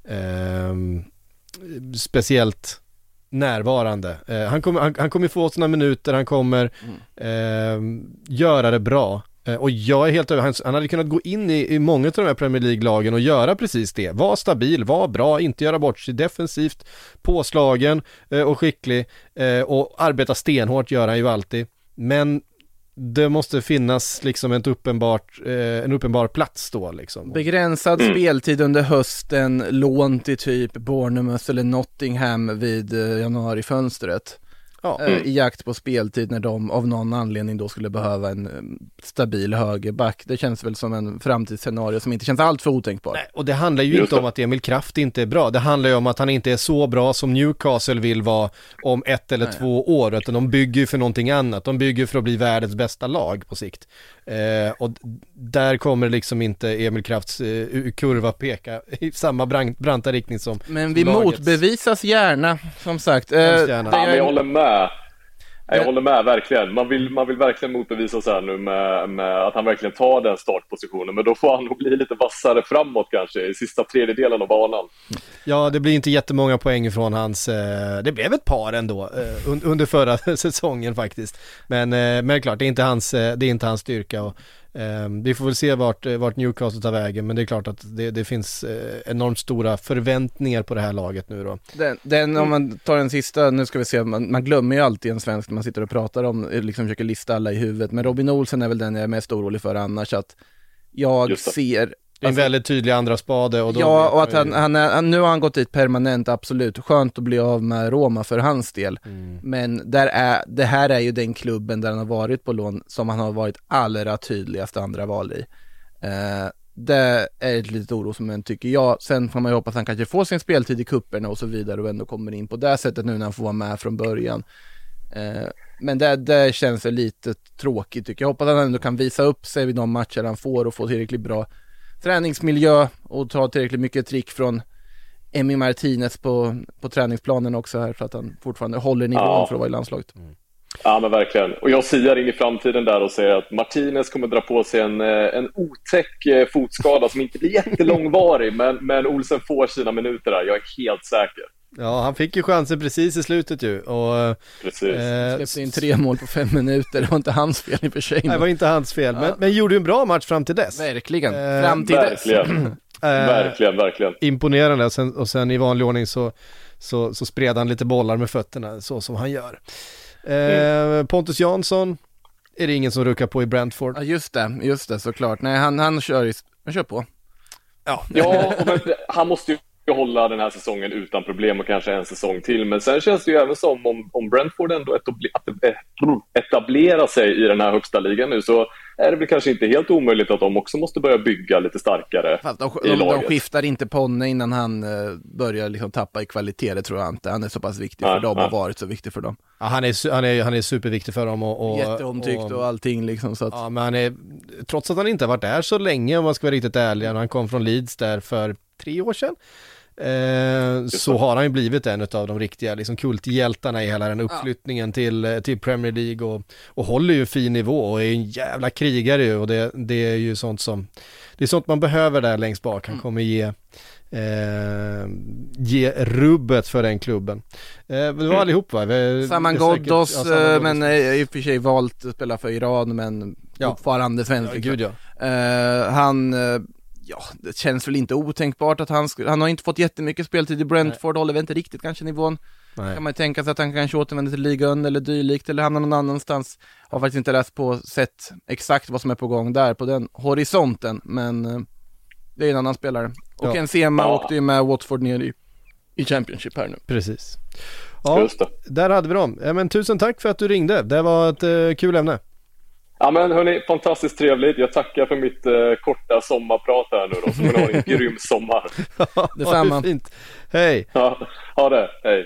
speciellt närvarande. Han kommer få sina minuter, han kommer göra det bra. Och jag är helt över, han hade kunnat gå in i många av de här Premier League-lagen och göra precis det. Var stabil, var bra, inte göra bort sig defensivt, påslagen och skicklig, och arbeta stenhårt gör han ju alltid. Men det måste finnas liksom en uppenbar plats då liksom. Begränsad speltid under hösten, lån till typ Bournemouth eller Nottingham vid januarifönstret. I jakt på speltid när de av någon anledning då skulle behöva en stabil högerback. Det känns väl som en framtidsscenario som inte känns allt för otänkbart. Nej, och det handlar ju inte om att Emil Kraft inte är bra. Det handlar ju om att han inte är så bra som Newcastle vill vara om 1 eller 2 år, utan de bygger för någonting annat. De bygger för att bli världens bästa lag på sikt. Och där kommer liksom inte Emil Krafts kurva peka i samma branta riktning som Men vi motbevisas gärna, som sagt. Men jag håller med. Jag håller med, verkligen. Man vill verkligen motbevisa så här nu med att han verkligen tar den startpositionen. Men då får han nog bli lite vassare framåt kanske i sista tredjedelen av banan. Ja, det blir inte jättemånga poäng från hans... Det blev ett par ändå under förra säsongen faktiskt. Men klart, det är inte hans styrka. Och Vi får väl se vart Newcastle tar vägen, men det är klart att det finns enormt stora förväntningar på det här laget nu då. Om man tar den sista, nu ska vi se, man glömmer ju alltid en svensk när man sitter och pratar om, liksom försöker lista alla i huvudet, men Robin Olsen är väl den jag är mest orolig för annars, att jag ser... Det är en väldigt tydlig andra spade. Och och att nu har han gått dit permanent, absolut. Skönt att bli av med Roma för hans del. Men det här är ju den klubben där han har varit på lån som han har varit allra tydligast andra val i. Det är ett litet orosmoment tycker jag. Sen får man ju hoppas att han kanske får sin speltid i kupperna och så vidare och ändå kommer in på det sättet nu när han får vara med från början. Men det känns lite tråkigt tycker jag. Hoppas att han ändå kan visa upp sig vid de matcher han får och få tillräckligt bra träningsmiljö och ta tillräckligt mycket trick från Emi Martinez på träningsplanen också här för att han fortfarande håller nivån för att vara i landslaget. Ja men verkligen, och jag siar in i framtiden där och säger att Martinez kommer dra på sig en otäck fotskada som inte blir jättelångvarig men Olsen får sina minuter där, jag är helt säker. Ja, han fick ju chansen precis i slutet ju. Och, släppte in 3 mål på 5 minuter. Det var inte hans fel i och för sig. Nej, det var inte hans fel. Men gjorde ju en bra match fram till dess. Verkligen. Fram till dess. Verkligen. Imponerande. Och sen i vanlig ordning så spred han lite bollar med fötterna. Så som han gör. Pontus Jansson är det ingen som ruckar på i Brentford. Ja, just det, såklart. Nej, han kör på. Ja, men han måste ju hålla den här säsongen utan problem och kanske en säsong till, men sen känns det ju även som om Brentford ändå etablerar sig i den här högsta ligan nu, så är det väl kanske inte helt omöjligt att de också måste börja bygga lite starkare i laget. De skiftar inte Ponne innan han börjar liksom tappa i kvalitet, det tror jag inte. Han är så pass viktig för dem och har varit så viktig för dem. Ja, han är superviktig för dem och jätteomtyckt och allting liksom, så att... Ja, men han är, trots att han inte har varit där så länge om man ska vara riktigt ärlig, han kom från Leeds där för 3 år sedan. Så har han ju blivit en av de riktiga liksom kulthjältarna i hela den uppflyttningen till Premier League och håller ju fin nivå och är en jävla krigare ju, och det är ju sånt man behöver där längst bak. Han kommer ge rubbet för den klubben. Det var allihop va? Saman Ghoddos, men i och för sig valt att spela för Iran, men fortfarande svensk. Han det känns väl inte otänkbart att han har inte fått jättemycket speltid i Brentford, håller väl inte riktigt kanske nivån. Nej. Kan man ju tänka sig att han kanske återvänder till ligan eller dylikt, eller hamnar någon annanstans. Har faktiskt inte läst på sett exakt vad som är på gång där på den horisonten, men det är en annan spelare. Och en Sema åkte ju med Watford ner i Championship här nu. Precis. Ja, där hade vi dem. Men tusen tack för att du ringde. Det var ett kul ämne. Ja men hörni, fantastiskt trevligt. Jag tackar för mitt korta sommarprat här nu då, så man har en grym sommar. Detsamma. Det fint. Hej. Ja, ha det. Hej.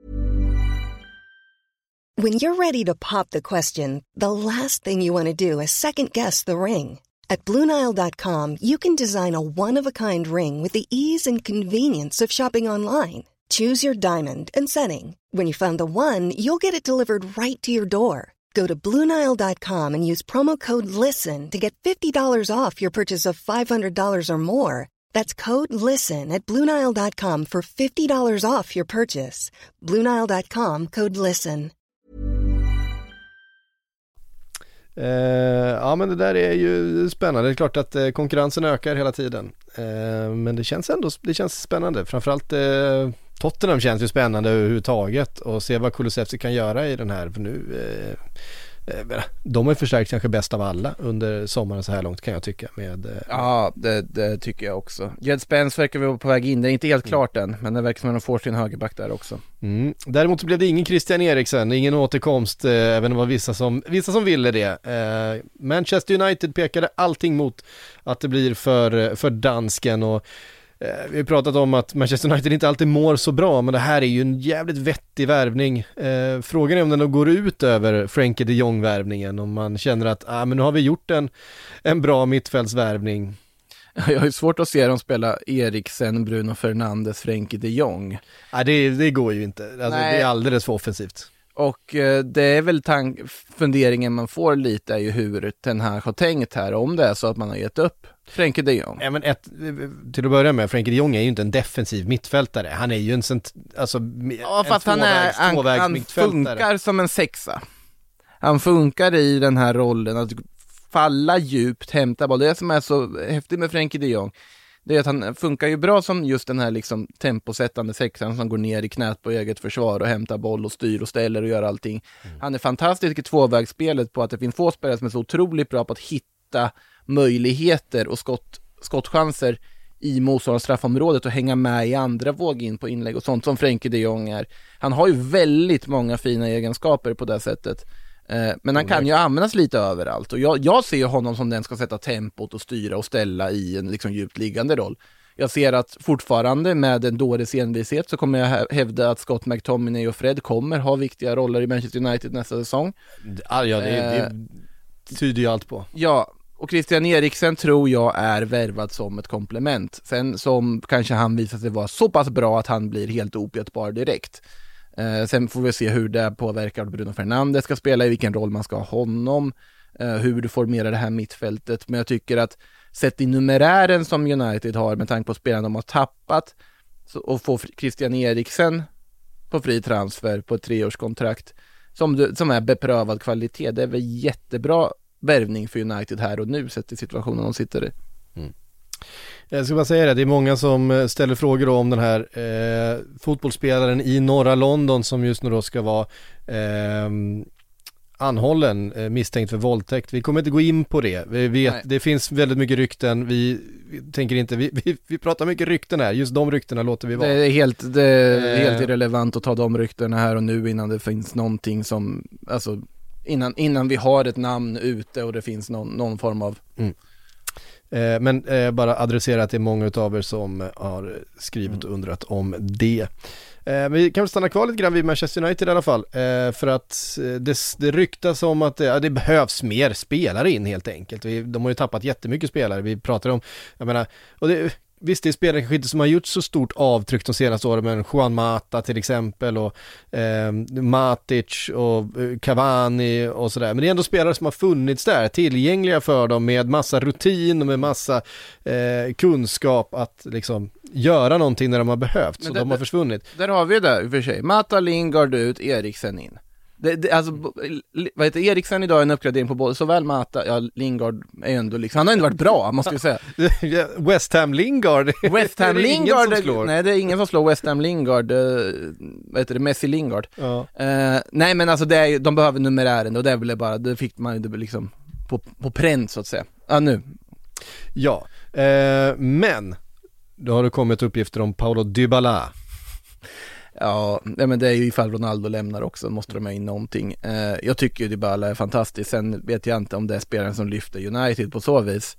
When you're ready to pop the question, the last thing you want to do is second guess the ring. At BlueNile.com you can design a one-of-a-kind ring with the ease and convenience of shopping online. Choose your diamond and setting. When you find the one, you'll get it delivered right to your door. Go to BlueNile.com and use promo code LISTEN to get $50 off your purchase of $500 or more. That's code LISTEN at BlueNile.com for $50 off your purchase. BlueNile.com, code LISTEN. Ja men det där är ju spännande. Det är klart att konkurrensen ökar hela tiden. Men det känns spännande. Framförallt Tottenham känns ju spännande överhuvudtaget, och se vad Kulusevski kan göra i den här, för nu de har förstärkt kanske bäst av alla under sommaren så här långt, kan jag tycka Ja, det tycker jag också. Jed Spence verkar vara på väg in, det är inte helt klart än, men det verkar som att de får sin högerback där också. Däremot blev det ingen Christian Eriksen, ingen återkomst, även om det var vissa som ville det. Manchester United pekade allting mot att det blir för dansken, och vi har pratat om att Manchester United inte alltid mår så bra, men det här är ju en jävligt vettig värvning. Frågan är om den då går ut över Frenkie de Jong-värvningen, om man känner att men nu har vi gjort en bra mittfältsvärvning. Jag har ju svårt att se dem spela Eriksen, Bruno Fernandes, Frenkie de Jong. Det går ju inte. Alltså, det är alldeles för offensivt. Och det är väl funderingen man får lite är ju hur Ten Hag har tänkt här, om det är så att man har gett upp Frenkie de Jong. Ja, men till att börja med, Frenkie de Jong är ju inte en defensiv mittfältare. Han är ju en fast han funkar som en sexa. Han funkar i den här rollen att falla djupt, hämta boll. Det som är så häftigt med Frenkie de Jong, det är att han funkar ju bra som just den här liksom temposättande sexan som går ner i knät på eget försvar och hämtar boll och styr och ställer och gör allting. Han är fantastisk i tvåvägsspelet på att det finns få spelare som är så otroligt bra på att hitta möjligheter och skottchanser i motståndarnas straffområdet och hänga med i andra våg in på inlägg och sånt som Frenkie de Jong är. Han har ju väldigt många fina egenskaper på det sättet. Men han kan ju användas lite överallt och jag ser ju honom som den ska sätta tempot och styra och ställa i en liksom djupt liggande roll. Jag ser att fortfarande med en dåres envishet så kommer jag hävda att Scott McTominay och Fred kommer ha viktiga roller i Manchester United nästa säsong. Ja, det tyder ju allt på. Ja, och Christian Eriksen tror jag är värvad som ett komplement. Sen som kanske han visar sig vara så pass bra att han blir helt opetbar direkt. Sen får vi se hur det påverkar Bruno Fernandes ska spela, i vilken roll man ska ha honom, hur du formerar det här mittfältet. Men jag tycker att sett i numerären som United har med tanke på spelarna de har tappat och få Christian Eriksen på fri transfer på ett 3-årskontrakt som är beprövad kvalitet, det är väl jättebra värvning för United här och nu sett i situationen de sitter i. Jag ska bara säga det är många som ställer frågor om den här fotbollsspelaren i norra London som just nu då ska vara anhållen misstänkt för våldtäkt. Vi kommer inte gå in på det. Vi vet, det finns väldigt mycket rykten. Vi tänker inte, vi pratar mycket rykten här. Just de ryktena låter vi vara. Det är helt irrelevant att ta de ryktena här och nu innan det finns någonting som, alltså innan vi har ett namn ute och det finns någon form av men bara adressera att det är många utav er som har skrivit och undrat om det. Vi kan väl stanna kvar lite grann vid Manchester United i alla fall. För att det ryktas om att det behövs mer spelare in helt enkelt. De har ju tappat jättemycket spelare. Vi pratar om, jag menar, och visst, det är spelare kanske inte som har gjort så stort avtryck de senaste åren, men Juan Mata till exempel och Matic och Cavani och sådär. Men det är ändå spelare som har funnits där, tillgängliga för dem med massa rutin och med massa kunskap att liksom göra någonting när de har behövt. Så de har försvunnit. Där har vi det i och för sig. Mata, Lingard ut, Eriksen in. Alltså, vad heter Eriksen idag är en uppgradering på både såväl Mata, Lingard är ändå liksom, han har ändå varit bra måste vi säga. West Ham Lingard. West Ham Lingard, nej det är ingen som slår West Ham Lingard. Vad heter det, Messi Lingard. Ja. Nej men alltså de behöver numerären och det är väl bara, det fick man ju liksom på pränt så att säga. Nu. Ja, men då har det kommit uppgifter om Paulo Dybala. Ja, men det är ju ifall Ronaldo lämnar också, måste de ha in någonting. Jag tycker ju Dybala är fantastisk. Sen vet jag inte om det är spelaren som lyfter United på så vis.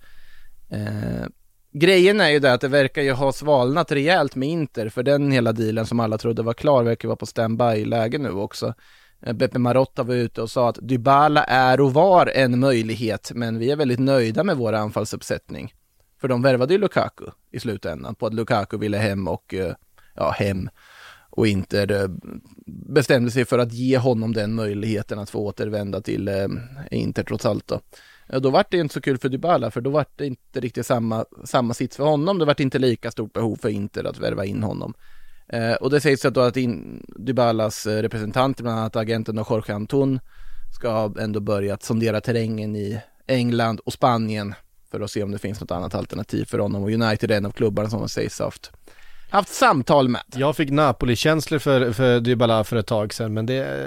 Grejen är ju det att det verkar ju ha svalnat rejält med Inter, för den hela dealen som alla trodde var klar verkar vara på standby-läge nu också. Beppe Marotta var ute och sa att Dybala är och var en möjlighet, men vi är väldigt nöjda med vår anfallsuppsättning. För de värvade ju Lukaku i slutändan på att Lukaku ville hem och hem. Och Inter bestämde sig för att ge honom den möjligheten att få återvända till Inter trots allt då. Då var det inte så kul för Dybala, för då var det inte riktigt samma sits för honom. Det var inte lika stort behov för Inter att värva in honom. Och det sägs då att Dybalas representanter, bland annat agenten och Jorge Antun, ska ändå börjat sondera terrängen i England och Spanien för att se om det finns något annat alternativ för honom. Och United är en av klubbarna som sägs haft samtal med. Jag fick Napoli-känslor för Dybala för ett tag sedan, men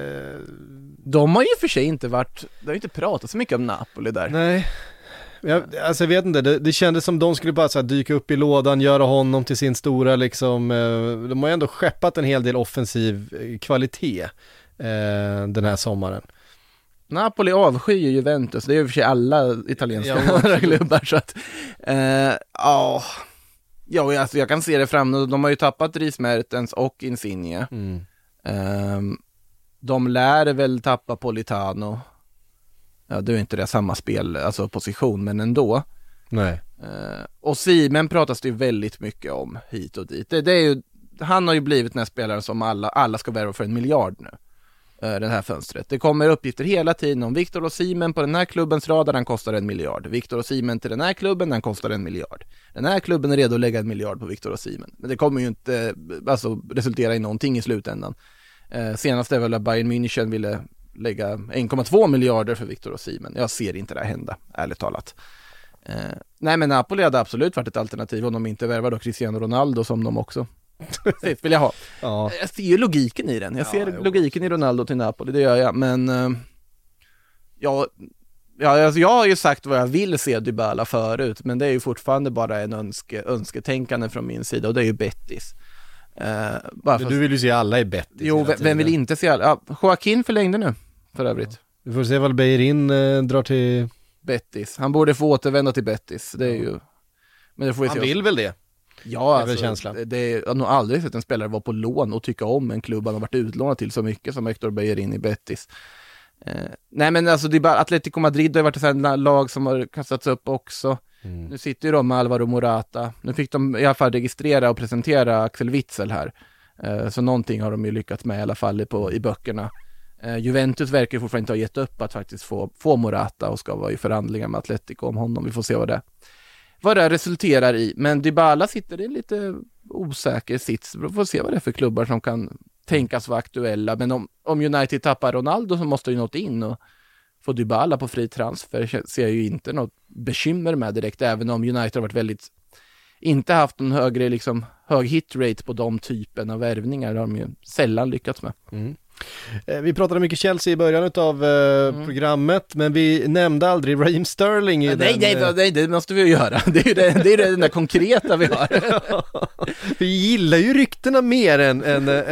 de har ju för sig inte varit, det har ju inte pratat så mycket om Napoli där. Nej, jag vet inte, det kändes som de skulle bara så här dyka upp i lådan, göra honom till sin stora liksom, de har ju ändå skeppat en hel del offensiv kvalitet den här sommaren. Napoli avskyr ju Juventus, det är ju för sig alla italienska klubbar så att alltså jag kan se det fram. De har ju tappat Dries Mertens och Insigne. De lär väl tappa Politano. Ja, det är inte det samma spel, alltså position, men ändå. Nej. Och Simen pratas det ju väldigt mycket om hit och dit. Det är ju, han har ju blivit den här spelaren som alla ska värva för 1 miljard nu. Den här fönstret. Det kommer uppgifter hela tiden om Victor Osimhen på den här klubbens radar, han kostar 1 miljard. Victor Osimhen till den här klubben, han kostar 1 miljard. Den här klubben är redo att lägga 1 miljard på Victor Osimhen. Men det kommer ju inte resultera i någonting i slutändan. Senast är väl att Bayern München ville lägga 1,2 miljarder för Victor Osimhen. Jag ser inte det här hända, ärligt talat. Nej, men Napoli hade absolut varit ett alternativ om de inte värvar då Cristiano Ronaldo som de också vill jag ha. Ja. Jag ser ju logiken i den. Jag ser logiken i Ronaldo till Napoli, det gör jag. Men jag har ju sagt vad jag vill se Dybala förut, men det är ju fortfarande bara en önsketänkande från min sida, och det är ju Betis. Du vill ju se alla i Betis. Jo, vem vill inte se alla? Joaquin förlängde nu, för övrigt. Vi får se vad Bellerin drar till Betis. Han borde få återvända till Betis. Det är ju... Men det får vi se. Han vill väl det? Ja, alltså, jag har nog aldrig sett en spelare vara på lån och tycka om en klubb han har varit utlånad till så mycket som Hector Bellerin i Betis. Nej, men alltså det är bara Atletico Madrid har varit ett sådant lag som har kastats upp också. Nu sitter ju de med Alvaro Morata. Nu fick de i alla fall registrera och presentera Axel Witsel här. Så någonting har de ju lyckats med i alla fall i böckerna. Juventus verkar ju fortfarande inte ha gett upp att faktiskt få Morata och ska vara i förhandlingar med Atletico om honom. Vi får se vad det resulterar i. Men Dybala sitter i en lite osäker sits. Vi får se vad det är för klubbar som kan tänkas vara aktuella. Men om United tappar Ronaldo så måste ju något in, och få Dybala på fri transfer ser jag ju inte något bekymmer med direkt, även om United har varit inte haft en hög hitrate på de typen av värvningar. Det har de ju sällan lyckats med. Vi pratade mycket Chelsea i början av programmet, men vi nämnde aldrig Raheem Sterling i Nej, det måste vi ju göra. Det är den där konkreta vi har. Vi gillar ju ryktena mer än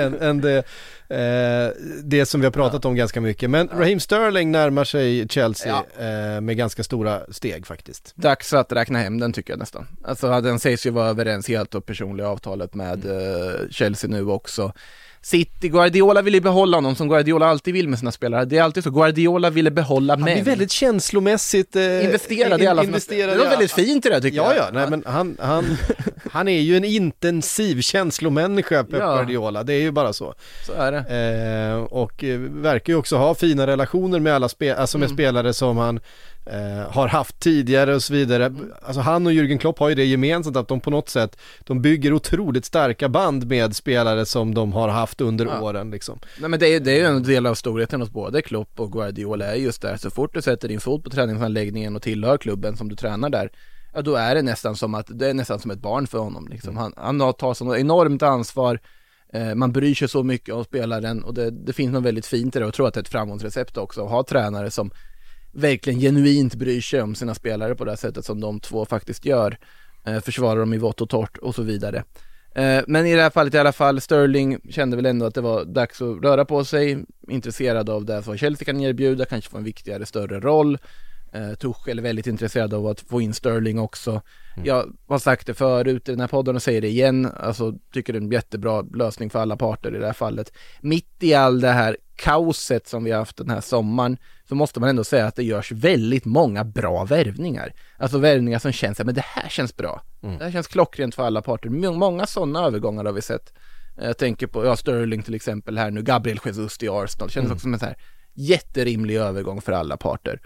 det som vi har pratat om ganska mycket. Men Raheem Sterling närmar sig Chelsea med ganska stora steg faktiskt. Dags att räkna hem den, tycker jag nästan. Alltså den sägs ju vara överens helt och personliga avtalet med Chelsea nu också. City, Guardiola ville behålla honom som Guardiola alltid vill med sina spelare. Det är alltid så, Guardiola ville behålla män. Han är väldigt känslomässigt investerad i alla. Det var väldigt fint i det, tycker jag. Ja, nej, men han är ju en intensiv känslomänniska, Pep Guardiola. Det är ju bara så. Så är det. Och verkar ju också ha fina relationer med alla med spelare som han har haft tidigare och så vidare. Alltså han och Jürgen Klopp har ju det gemensamt att de på något sätt de bygger otroligt starka band med spelare som de har haft under åren liksom. Nej, men det är ju en del av storheten hos både Klopp och Guardiola är just där. Så fort du sätter din fot på träningsanläggningen och tillhör klubben som du tränar där, då är det nästan som ett barn för honom liksom. Han tar så enormt ansvar. Man bryr sig så mycket om spelaren, och det finns något väldigt fint i det, och jag tror att det är ett framgångsrecept också att ha tränare som verkligen genuint bryr sig om sina spelare på det här sättet som de två faktiskt gör, försvarar dem i vått och torrt och så vidare. Men i det här fallet i alla fall, Sterling kände väl ändå att det var dags att röra på sig, intresserad av det som Chelsea kan erbjuda, kanske få en viktigare, större roll. Tuchel är väldigt intresserad av att få in Sterling också. Jag har sagt det förut i den här podden och säger det igen, alltså tycker det är en jättebra lösning för alla parter i det här fallet. Mitt i all det här kaoset som vi har haft den här sommaren, så måste man ändå säga att det görs väldigt många bra värvningar. Alltså värvningar som känns, men det här känns bra. Det här känns klockrent för alla parter. Många sådana övergångar har vi sett. Jag tänker på Sterling till exempel här nu, Gabriel Jesus till Arsenal. Känns också som en så här jätterimlig övergång för alla parter.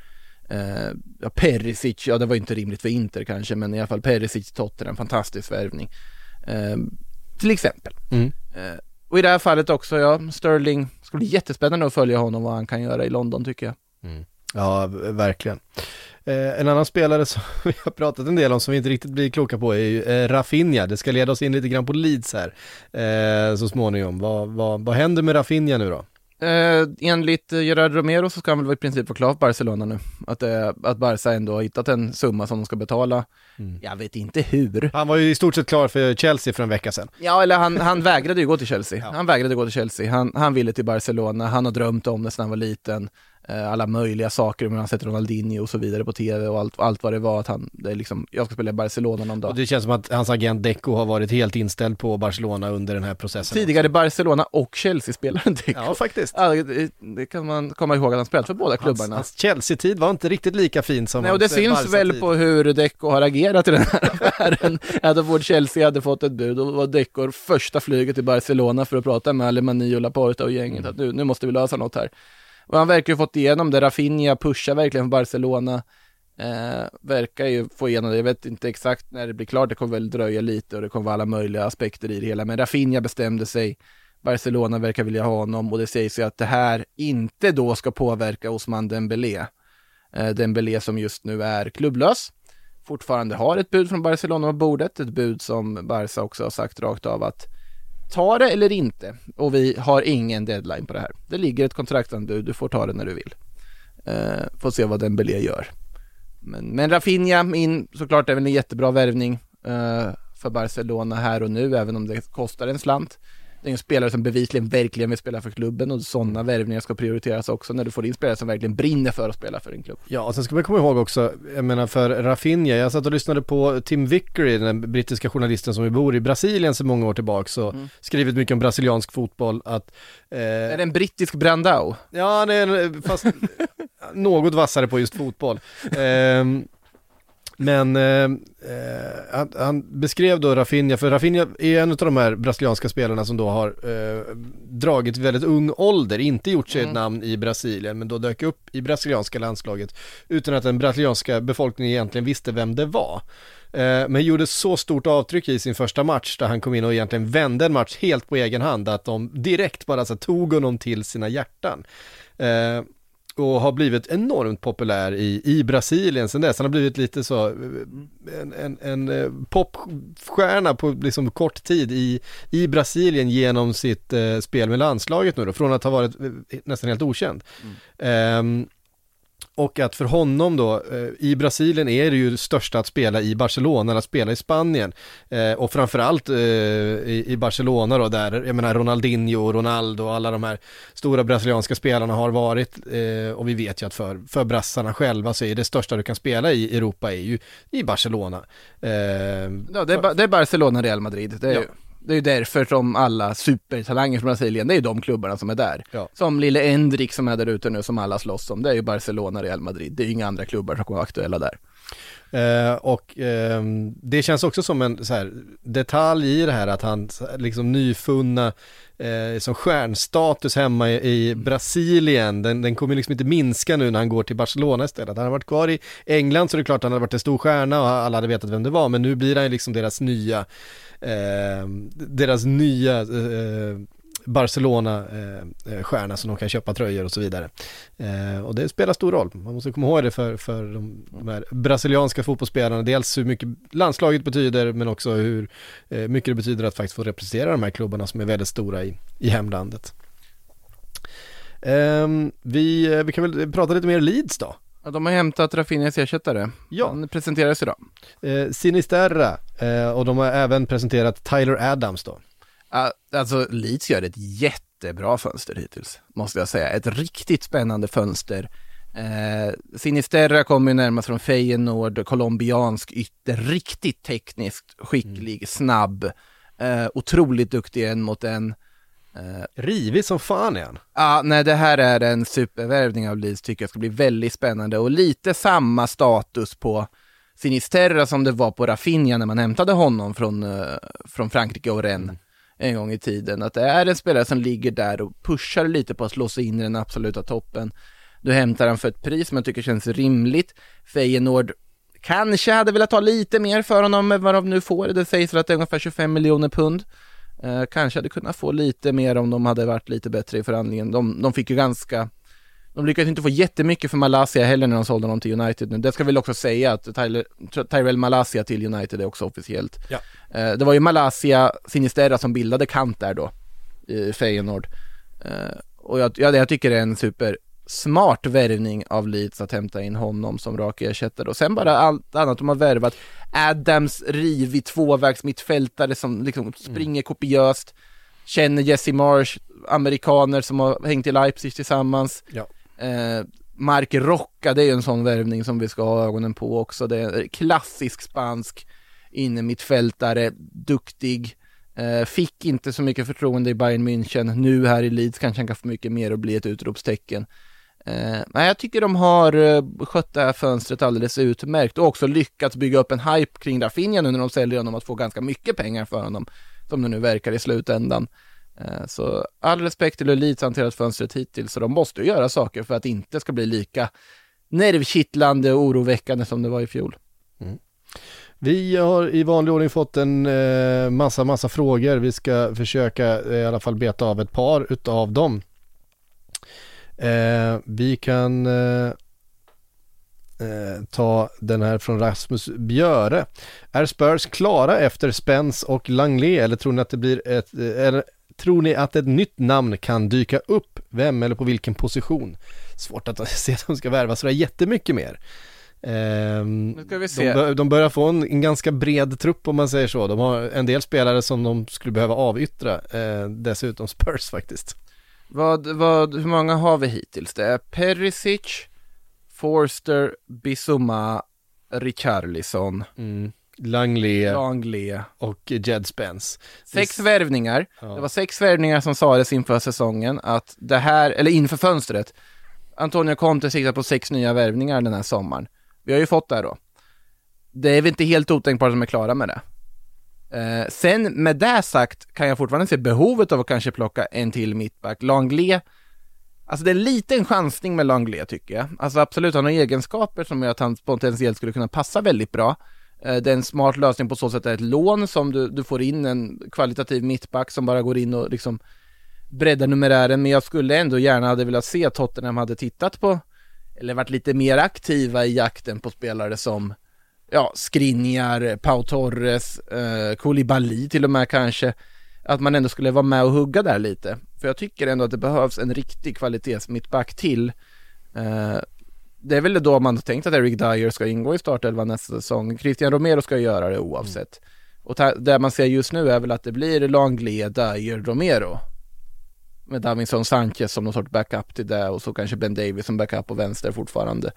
Perisic, det var inte rimligt för Inter kanske, men i alla fall Perisic Tottenham, en fantastisk värvning till exempel. Och i det här fallet också, Sterling, ska bli jättespännande att följa honom, vad han kan göra i London, tycker jag. Ja, verkligen. En annan spelare som vi har pratat en del om som vi inte riktigt blir kloka på är ju Rafinha. Det ska leda oss in lite grann på Leeds här så småningom. Vad händer med Rafinha nu då? Enligt Gerard Romero så ska han väl i princip vara klar för Barcelona nu. Att Barca ändå har hittat en summa som de ska betala. Jag vet inte hur. Han var ju i stort sett klar för Chelsea för en vecka sedan. Ja, eller han vägrade ju gå till Chelsea. Han vägrade gå till Chelsea. Han ville till Barcelona. Han har drömt om det sedan han var liten. Alla möjliga saker, men han sätter Ronaldinho och så vidare på tv och allt vad det var, att det är liksom, jag ska spela i Barcelona någon dag. Och det känns som att hans agent Deco har varit helt inställd på Barcelona under den här processen. Tidigare också. Barcelona och Chelsea-spelaren Deco. Ja, faktiskt. Ja, det kan man komma ihåg att han spelat för båda klubbarna. Hans Chelsea-tid var inte riktigt lika fin som och det syns väl på hur Deco har agerat i den här affären. Då vår Chelsea hade fått ett bud och var Deco första flyget till Barcelona för att prata med Alemani och Laporta och gänget att nu måste vi lösa något här. Och han verkar ju fått igenom det. Rafinha pushar verkligen för Barcelona. Verkar ju få igenom det. Jag vet inte exakt när det blir klart. Det kommer väl dröja lite och det kommer vara alla möjliga aspekter i det hela. Men Rafinha bestämde sig. Barcelona verkar vilja ha honom, och det sägs ju att det här inte då ska påverka Ousmane Dembélé. Dembélé som just nu är klubblös. Fortfarande har ett bud från Barcelona på bordet. Ett bud som Barca också har sagt rakt av att ta det eller inte. Och vi har ingen deadline på det här. Det ligger ett kontraktanbud, du får ta det när du vill. Får se vad Dembélé gör. Men Rafinha såklart är väl en jättebra värvning för Barcelona här och nu, även om det kostar en slant. Det är en spelare som bevisligen verkligen vill spela för klubben, och sådana värvningar ska prioriteras också när du får in spelare som verkligen brinner för att spela för en klubb. Ja, och sen ska vi komma ihåg också, jag menar för Rafinha, jag satt och lyssnade på Tim Vickery, den brittiska journalisten som bor i Brasilien så många år tillbaka, så skrivit mycket om brasiliansk fotboll att... Är det en brittisk Brandao? Ja, det är fast något vassare på just fotboll. Men han beskrev då Rafinha, för Rafinha är en av de här brasilianska spelarna som då har dragit väldigt ung ålder, inte gjort sig ett namn i Brasilien, men då dök upp i brasilianska landslaget utan att den brasilianska befolkningen egentligen visste vem det var. Men gjorde så stort avtryck i sin första match där han kom in och egentligen vände en match helt på egen hand, att de direkt bara så tog honom till sina hjärtan. Och har blivit enormt populär i Brasilien sen dess. Han har blivit lite så en popstjärna på liksom kort tid i Brasilien genom sitt spel med landslaget nu då, från att ha varit nästan helt okänd. Och att för honom då, i Brasilien är det ju det största att spela i Barcelona, att spela i Spanien. Och framförallt i Barcelona då, där, jag menar Ronaldinho, Ronaldo och alla de här stora brasilianska spelarna har varit. Och vi vet ju att för brassarna själva så är det största du kan spela i Europa är ju i Barcelona. Ja, det är Barcelona, Real Madrid. Det är ju därför som alla supertalanger från Brasilien, det är ju de klubbarna som är där. Ja. Som lille Endrik som är där ute nu, som alla slåss om. Det är ju Barcelona, Real Madrid. Det är ju inga andra klubbar som kommer vara aktuella där. Det känns också som en så här detalj i det här, att han liksom nyfunna som stjärnstatus hemma i Brasilien, den kommer liksom inte minska nu när han går till Barcelona istället. Han har varit kvar i England, så det är klart han hade varit en stor stjärna och alla hade vetat vem det var, men nu blir han liksom deras nya Barcelona-stjärna som de kan köpa tröjor och så vidare. Och det spelar stor roll. Man måste komma ihåg det för de här brasilianska fotbollsspelarna. Dels hur mycket landslaget betyder, men också hur mycket det betyder att faktiskt få representera de här klubbarna som är väldigt stora i hemlandet. Vi kan väl prata lite mer Leeds då. Ja, de har hämtat Rafinhas ersättare. Ja. Han presenteras idag. Sinisterra. Och de har även presenterat Tyler Adams då. Alltså Leeds gör ett jättebra fönster hittills, måste jag säga. Ett riktigt spännande fönster. Sinisterra kommer ju närmast från Feyenoord, colombiansk ytter, riktigt tekniskt skicklig, snabb, otroligt duktig en mot en. Rivig som fan igen. Nej, det här är en supervärvning av Leeds, tycker jag ska bli väldigt spännande, och lite samma status på Sinisterra som det var på Rafinha när man hämtade honom från Frankrike och Rennes en gång i tiden, att det är en spelare som ligger där och pushar lite på att slå sig in i den absoluta toppen. Du hämtar han för ett pris som jag tycker känns rimligt. Feyenoord kanske hade velat ta lite mer för honom än vad de nu får. Det sägs att det är ungefär 25 miljoner pund. Kanske hade kunnat få lite mer om de hade varit lite bättre i förhandlingen. De fick ju de lyckades inte få jättemycket för Malaysia heller när de sålde honom till United nu. Det ska väl också säga att Tyrell Malaysia till United är också officiellt. Ja. Det var ju Malaysia Sinisterra som bildade kant där då i Feyenoord. Och jag tycker det är en super smart värvning av Leeds att hämta in honom som rak ersättare. Och sen bara allt annat de har värvat. Adams, rivig tvåvägs mittfältare som liksom springer kopiöst. Känner Jesse Marsh, amerikaner som har hängt i Leipzig tillsammans. Ja. Mark Rocca, det är ju en sån värvning som vi ska ha ögonen på också. Det är klassisk spansk inne mittfältare, duktig. Fick inte så mycket förtroende i Bayern München. Nu här i Leeds kanske han kan få mycket mer och bli ett utropstecken. Men jag tycker de har skött det här fönstret alldeles utmärkt och också lyckats bygga upp en hype kring Rafinha nu när de säljer honom, att få ganska mycket pengar för honom som det nu verkar i slutändan. Så all respekt till hur Leeds hanterat fönstret hittills, så de måste ju göra saker för att det inte ska bli lika nervkittlande och oroväckande som det var i fjol. Vi har i vanlig ordning fått en massa frågor. Vi ska försöka i alla fall beta av ett par utav dem. Vi kan ta den här från Rasmus Björe. Är Spurs klara efter Spence och Langley, eller tror ni att det blir tror ni att ett nytt namn kan dyka upp? Vem eller på vilken position? Svårt att se att de ska värva så det är jättemycket mer. Nu ska vi se. De börjar få en ganska bred trupp, om man säger så. De har en del spelare som de skulle behöva avyttra, dessutom Spurs faktiskt. Hur många har vi hittills? Det är Perisic, Forster, Bissouma, Richarlison, Langley och Jed Spence. 6 värvningar. Ja. Det var 6 värvningar som sades inför säsongen att det här, eller inför fönstret, Antonio Conte siktar på 6 nya värvningar den här sommaren. Vi har ju fått det då. Det är väl inte helt otänkbart att de är klara med det. Sen med det sagt kan jag fortfarande se behovet av att kanske plocka en till mittback. Langley, alltså det är en liten chansning med Langley tycker jag. Alltså absolut, han har egenskaper som gör att han potentiellt skulle kunna passa väldigt bra. Det är en smart lösning på så sätt, ett lån som du får in en kvalitativ mittback som bara går in och liksom breddar numerären. Men jag skulle ändå gärna hade velat se Tottenham hade tittat på eller varit lite mer aktiva i jakten på spelare som Skriniar, Pau Torres, Koulibaly till och med kanske. Att man ändå skulle vara med och hugga där lite. För jag tycker ändå att det behövs en riktig kvalitetsmittback till. Det är väl då man har tänkt att Eric Dyer ska ingå i startelvan nästa säsong. Christian Romero ska göra det oavsett. Och det man ser just nu är väl att det blir Langley, Dyer, Romero. Med Davinson Sanchez som någon sorts backup till det. Och så kanske Ben Davies som backup på vänster fortfarande.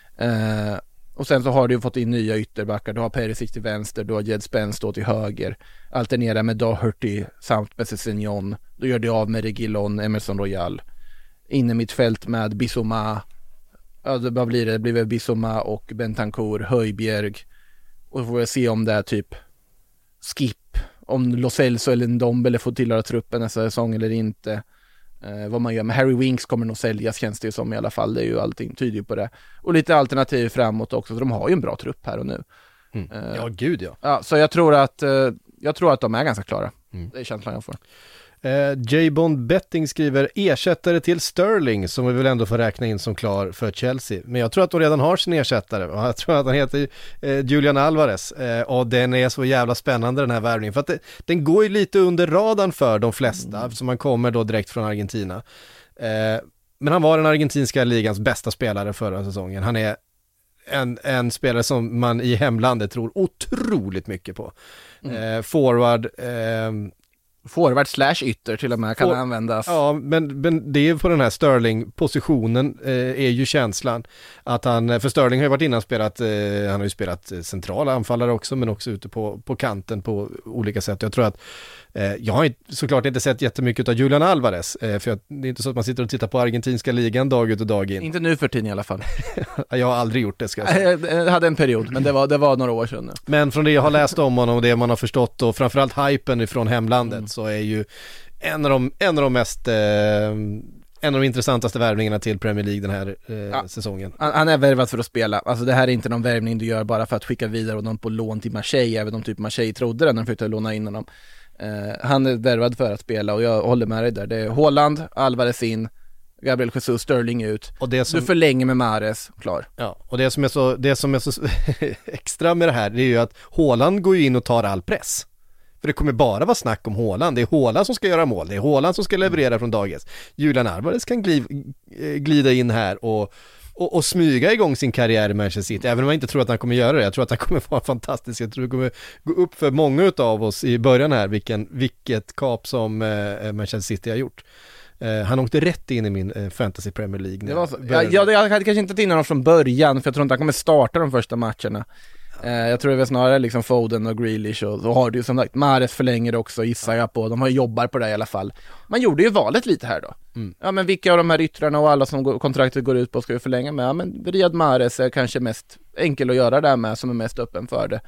Och sen så har du fått in nya ytterbackar. Du har Perisic till vänster, du har Jed Spence då till höger. Alternera med Doherty samt med Sessegnon. Då gör du av med Reguilon, Emerson Royal. Inne mittfält med Bissouma. Ja, vad blir det? Det blir väl Bissouma och Bentancur, Höjbjerg. Och så får vi se om det är typ skip. Om Lo Celso eller Ndombele får tillhöra truppen nästa säsong eller inte. Vad man gör med Harry Winks kommer nog säljas, känns det ju som i alla fall. Det är ju allting tyder på det. Och lite alternativ framåt också. Så de har ju en bra trupp här och nu. Ja, gud ja. Ja, så jag tror att de är ganska klara. Det är känslan jag får. J-Bond Betting skriver ersättare till Sterling som vi väl ändå får räkna in som klar för Chelsea. Men jag tror att de redan har sin ersättare. Jag tror att han heter Julian Alvarez. Och den är så jävla spännande den här värvningen. För att den går ju lite under radarn för de flesta. Så man kommer då direkt från Argentina. Men han var den argentinska ligans bästa spelare förra säsongen. Han är en spelare som man i hemlandet tror otroligt mycket på. Forward / ytter till och med kan användas. Ja, men det är på den här Sterling-positionen är ju känslan att för Sterling har ju varit innan spelat, han har ju spelat centrala anfallare också, men också ute på kanten på olika sätt. Jag tror att jag har såklart inte sett jättemycket av Julian Alvarez, för det är inte så att man sitter och tittar på argentinska ligan dag ut och dag in. Inte nu för tiden i alla fall. Jag har aldrig gjort det, ska jag säga. Jag hade en period, men det var några år sedan nu. Men från det jag har läst om honom och det man har förstått och framförallt hypen ifrån hemlandet så är ju en av de intressantaste värvningarna till Premier League den här säsongen. Han är värvad för att spela. Alltså det här är inte någon värvning du gör bara för att skicka vidare och någon på lån till Marseille, även om typ Marseille trodde det när de försökte låna in honom. Han är värvad för att spela och jag håller med dig där. Det är Haaland, Alvarez in, Gabriel Jesus, Sterling ut. Och det som... Du förlänger med Mahrez, klar. Ja, och det som är så extra med det här, det är ju att Haaland går ju in och tar all press. För det kommer bara vara snack om Haaland. Det är Haaland som ska göra mål. Det är Haaland som ska leverera från dag ett. Julian Alvarez kan glida in här och smyga igång sin karriär i Manchester City. Även om jag inte tror att han kommer göra det. Jag tror att han kommer vara fantastisk. Jag tror det kommer gå upp för många av oss i början här vilket kap som Manchester City har gjort. Han åkte rätt in i min Fantasy Premier League. Det var så. Jag hade kanske inte tagit in honom från början, för jag tror inte han kommer starta de första matcherna. Jag tror det var snarare liksom Foden och Grealish, och så har du ju som sagt Mahrez förlänger också, gissar jag på. De har jobbar på det i alla fall. Man gjorde ju valet lite här då. Ja, men vilka av de här yttrarna och alla som kontraktet går ut på ska vi förlänga med? Ja, men Riyad Mahrez är kanske mest enkel att göra det med, som är mest öppen för det.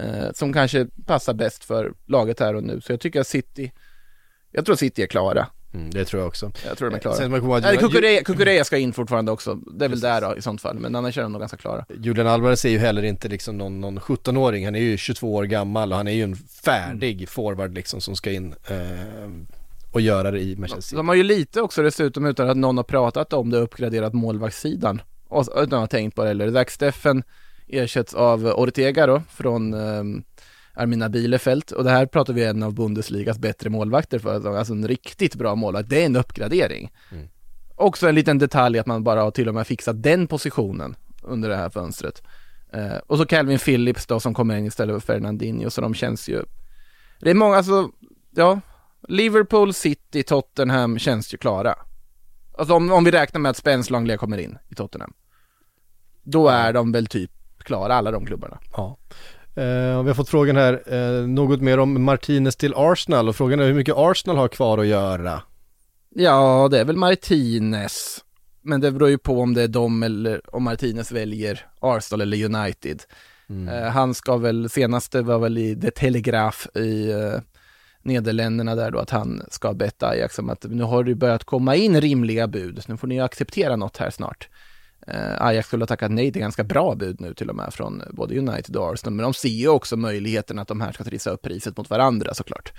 Som kanske passar bäst för laget här och nu. Så jag tycker att jag tror City är klara. Det tror jag också. Jag tror de är klara. Kukureya ska in fortfarande också. Det är väl där då, i sånt fall. Men annars är de nog ganska klara. Julian Alvarez är ju heller inte liksom någon 17-åring. Han är ju 22 år gammal och han är ju en färdig forward liksom som ska in och göra det i Manchester City. De har ju lite också dessutom, utan att någon har pratat om det, uppgraderat målvaktssidan. Och utan att ha tänkt på det. Eller Zach Steffen ersätts av Ortega då, från Armina Bielefeld. Och det här pratar vi en av Bundesligas bättre målvakter för. Alltså en riktigt bra målvakt. Det är en uppgradering. Också en liten detalj att man bara har till och med fixat den positionen under det här fönstret. Och så Calvin Phillips då, som kommer in istället för Fernandinho. Så de känns ju... Det är många, alltså... Ja, Liverpool, City, Tottenham känns ju klara. Alltså om vi räknar med att Spence Langley kommer in i Tottenham. Då är de väl typ klara, alla de klubbarna. Ja. Vi har fått frågan här, något mer om Martinez till Arsenal, och frågan är hur mycket Arsenal har kvar att göra. Ja, det är väl Martinez, men det beror ju på om det är de eller om Martinez väljer Arsenal eller United. Han ska väl, senaste var väl i The Telegraph i Nederländerna där då, att han ska betta Ajax om att nu har det börjat komma in rimliga bud, nu får ni acceptera något här snart. Ajax skulle ha tackat nej till ganska bra bud nu till och med från både United och Arsenal, men de ser ju också möjligheten att de här ska trissa upp priset mot varandra såklart.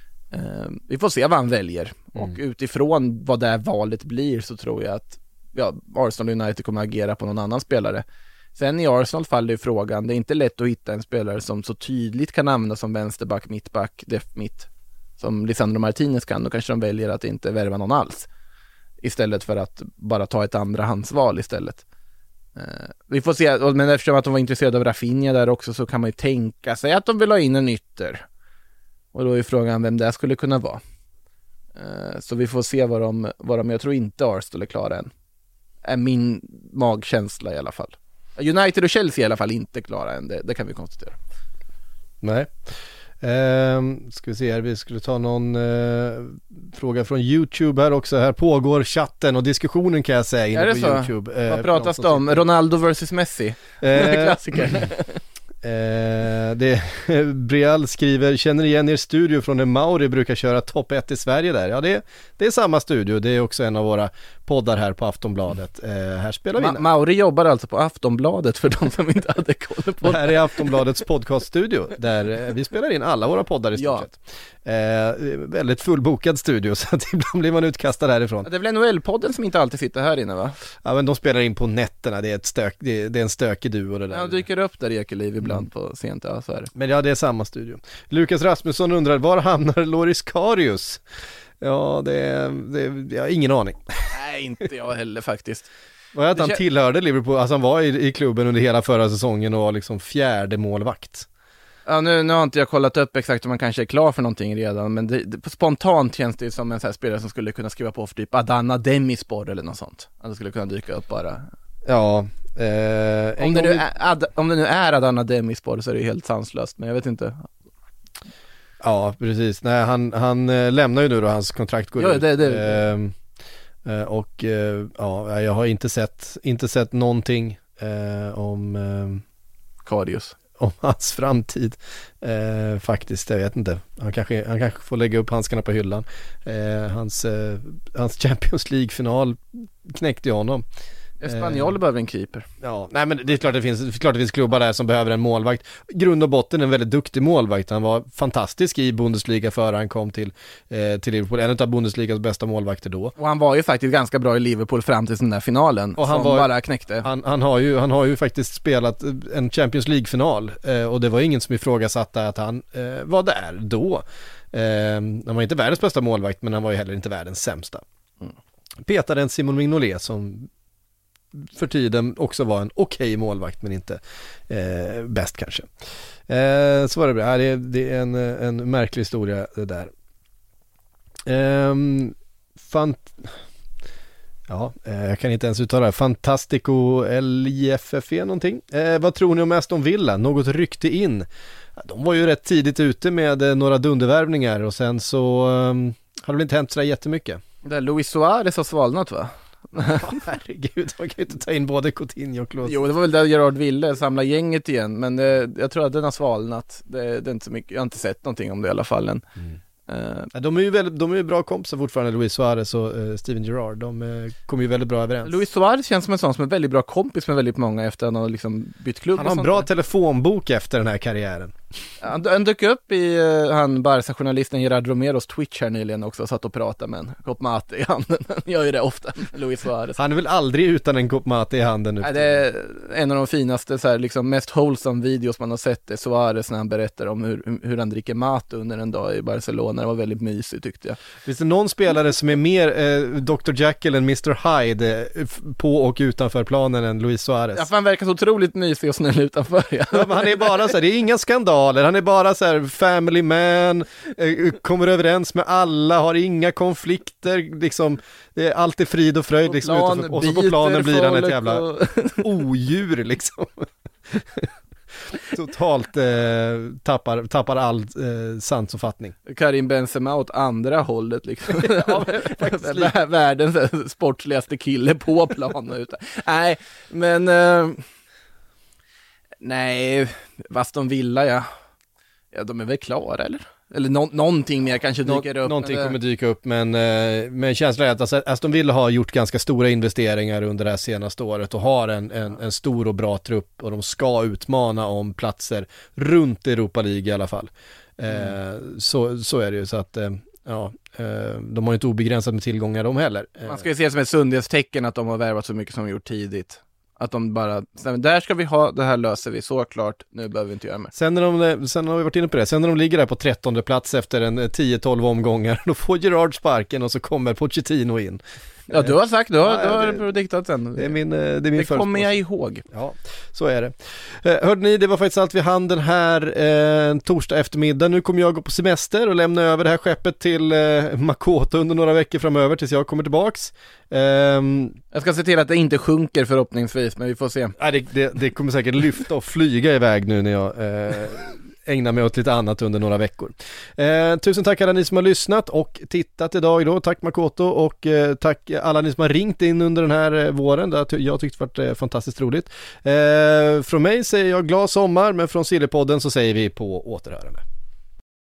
Vi får se vad han väljer och utifrån vad det här valet blir så tror jag att Arsenal och United kommer att agera på någon annan spelare. Sen i Arsenal faller ju frågan, det är inte lätt att hitta en spelare som så tydligt kan användas som vänsterback, mittback, def mitt som Lisandro Martinez kan. Då kanske de väljer att inte värva någon alls istället för att bara ta ett andrahandsval istället. Vi får se, men eftersom att de var intresserade av Rafinha där också så kan man ju tänka sig att de vill ha in en ytter. Och då är frågan vem det skulle kunna vara. Så vi får se vad de jag tror inte Arsenal är klara än. Är min magkänsla i alla fall. United och Chelsea är i alla fall inte klara än, det kan vi konstatera. Nej. Ska vi se här, vi skulle ta någon fråga från YouTube här också. Här pågår chatten och diskussionen kan jag säga inne på så? YouTube. Vad pratas det om? Ronaldo versus Messi? Klassiker. Brial skriver, känner igen er studio från när Mauri brukar köra topp 1 i Sverige där. Ja, det är samma studio. Det är också en av våra poddar här på Aftonbladet. Här spelar vi Mauri jobbar alltså på Aftonbladet för de som inte hade koll på det. Här är Aftonbladets podcaststudio där vi spelar in alla våra poddar i stort sett. Väldigt fullbokad studio så att ibland blir man utkastad härifrån. Det är väl NHL-podden som inte alltid sitter här inne, va? Ja, men de spelar in på nätterna. Det är en stökig duo det där. Ja, dyker upp där Ekeliv ibland på sent, ja, så är det. Men ja, det är samma studio. Lukas Rasmusson undrar, var hamnar Loris Karius? Ja, jag har ingen aning. Nej, inte jag heller faktiskt. Var att han tillhörde Liverpool, alltså han var i klubben under hela förra säsongen och var liksom fjärde målvakt. Ja, nu har inte jag kollat upp exakt om man kanske är klar för någonting redan, men spontant känns det som en sån här spelare som skulle kunna skriva på för typ Adana Demispor eller något sånt. Att det skulle kunna dyka upp bara. Ja, om det nu är Adana Demispor så är det helt sanslöst, men jag vet inte. Ja, precis. Nej, han lämnar ju nu då, hans kontrakt går ut. Och jag har inte sett någonting om Karius. Om hans framtid faktiskt, jag vet inte. Han kanske får lägga upp handskarna på hyllan. Hans Champions League-final knäckte ju honom. Espanyol behöver en keeper. Ja, nej men det är klart det finns klubbar där som behöver en målvakt. Grund och botten en väldigt duktig målvakt. Han var fantastisk i Bundesliga före han kom till Liverpool. En av Bundesligas bästa målvakter då. Och han var ju faktiskt ganska bra i Liverpool fram till den där finalen och han bara knäckte. Han har ju faktiskt spelat en Champions League-final och det var ingen som ifrågasatte att han var där då. Han var inte världens bästa målvakt, men han var ju heller inte världens sämsta. Petade en Simon Mignolet som för tiden också var en okej målvakt, men inte bäst kanske. Så var det bra. Det är en märklig historia det där. Jag kan inte ens uttala det. Fantastico LIFFE någonting. Vad tror ni om Aston Villa? Något rykte in. De var ju rätt tidigt ute med några dundervärvningar och sen så har det väl inte hänt så jättemycket. Där Luis Suarez har svalnat, va? Herregud, man kan ju inte ta in både Coutinho och Klose. Jo, det var väl där Gerard ville samla gänget igen, men jag tror att den har svalnat. Det är inte så mycket, jag har inte sett någonting om det i alla fall än. De är ju bra kompisar fortfarande, Luis Suarez och Steven Gerrard. De kommer ju väldigt bra överens. Luis Suarez känns som en sån som är väldigt bra kompis med väldigt många efter att han har liksom bytt klubb. Han har en bra telefonbok efter den här karriären. Han dök upp i Barca-journalisten Gerard Romeros Twitch här nyligen också och satt och pratade med en kopp mate i handen. Han gör ju det ofta, Luis Suarez. Han är väl aldrig utan en kopp mate i handen nu. Nej, det är en av de finaste, så här, liksom, mest wholesome videos man har sett. Det är Suarez när han berättar om hur han dricker mat under en dag i Barcelona. Det var väldigt mysigt, tyckte jag. Finns det någon spelare som är mer Dr. Jekyll än Mr. Hyde på och utanför planen än Luis Suarez? Ja, för han verkar så otroligt mysig och snäll utanför. Ja, men han är bara så här, det är inga skandaler. Han är bara så här family man, kommer överens med alla, har inga konflikter, liksom, det är alltid frid och fröjd liksom, och så på planen blir han ett jävla odjur liksom. Totalt tappar all sansuppfattning. Karim Benzema åt andra hållet liksom. Ja, världens sportsligaste kille på planen. Nej, men nej, Aston Villa, ja, de är väl klara, eller någonting mer kanske dyker upp. Någonting kommer dyka upp, men känslan är att alltså, Aston Villa har gjort ganska stora investeringar under det här senaste året och har en stor och bra trupp, och de ska utmana om platser runt Europa League i alla fall. Så är det ju, så att de har ju inte obegränsat med tillgångar de heller. Man ska ju se det som ett sundhetstecken att de har värvat så mycket som de gjort tidigt. Att de bara, där ska vi ha, det här löser vi, såklart, nu behöver vi inte göra mer. Sen har vi varit inne på det, sen när de ligger där på 13:e plats efter en 10-12 omgångar, då får Gerrard sparken och så kommer Pochettino in. Ja, du har sagt, du har prediktat sen. Det är min det kommer jag ihåg. Ja, så är det. Hörde ni, det var faktiskt allt vi hann den här torsdag eftermiddag. Nu kommer jag gå på semester och lämna över det här skeppet till Makoto under några veckor framöver tills jag kommer tillbaks. Jag ska se till att det inte sjunker förhoppningsvis, men vi får se. Det kommer säkert lyfta och flyga iväg nu när jag ägna mig åt lite annat under några veckor. Tusen tack alla ni som har lyssnat och tittat idag då. Tack Makoto, och tack alla ni som har ringt in under den här våren. Jag tyckte det varit fantastiskt roligt. Från mig säger jag glad sommar, men från Sillypodden så säger vi på återhörande.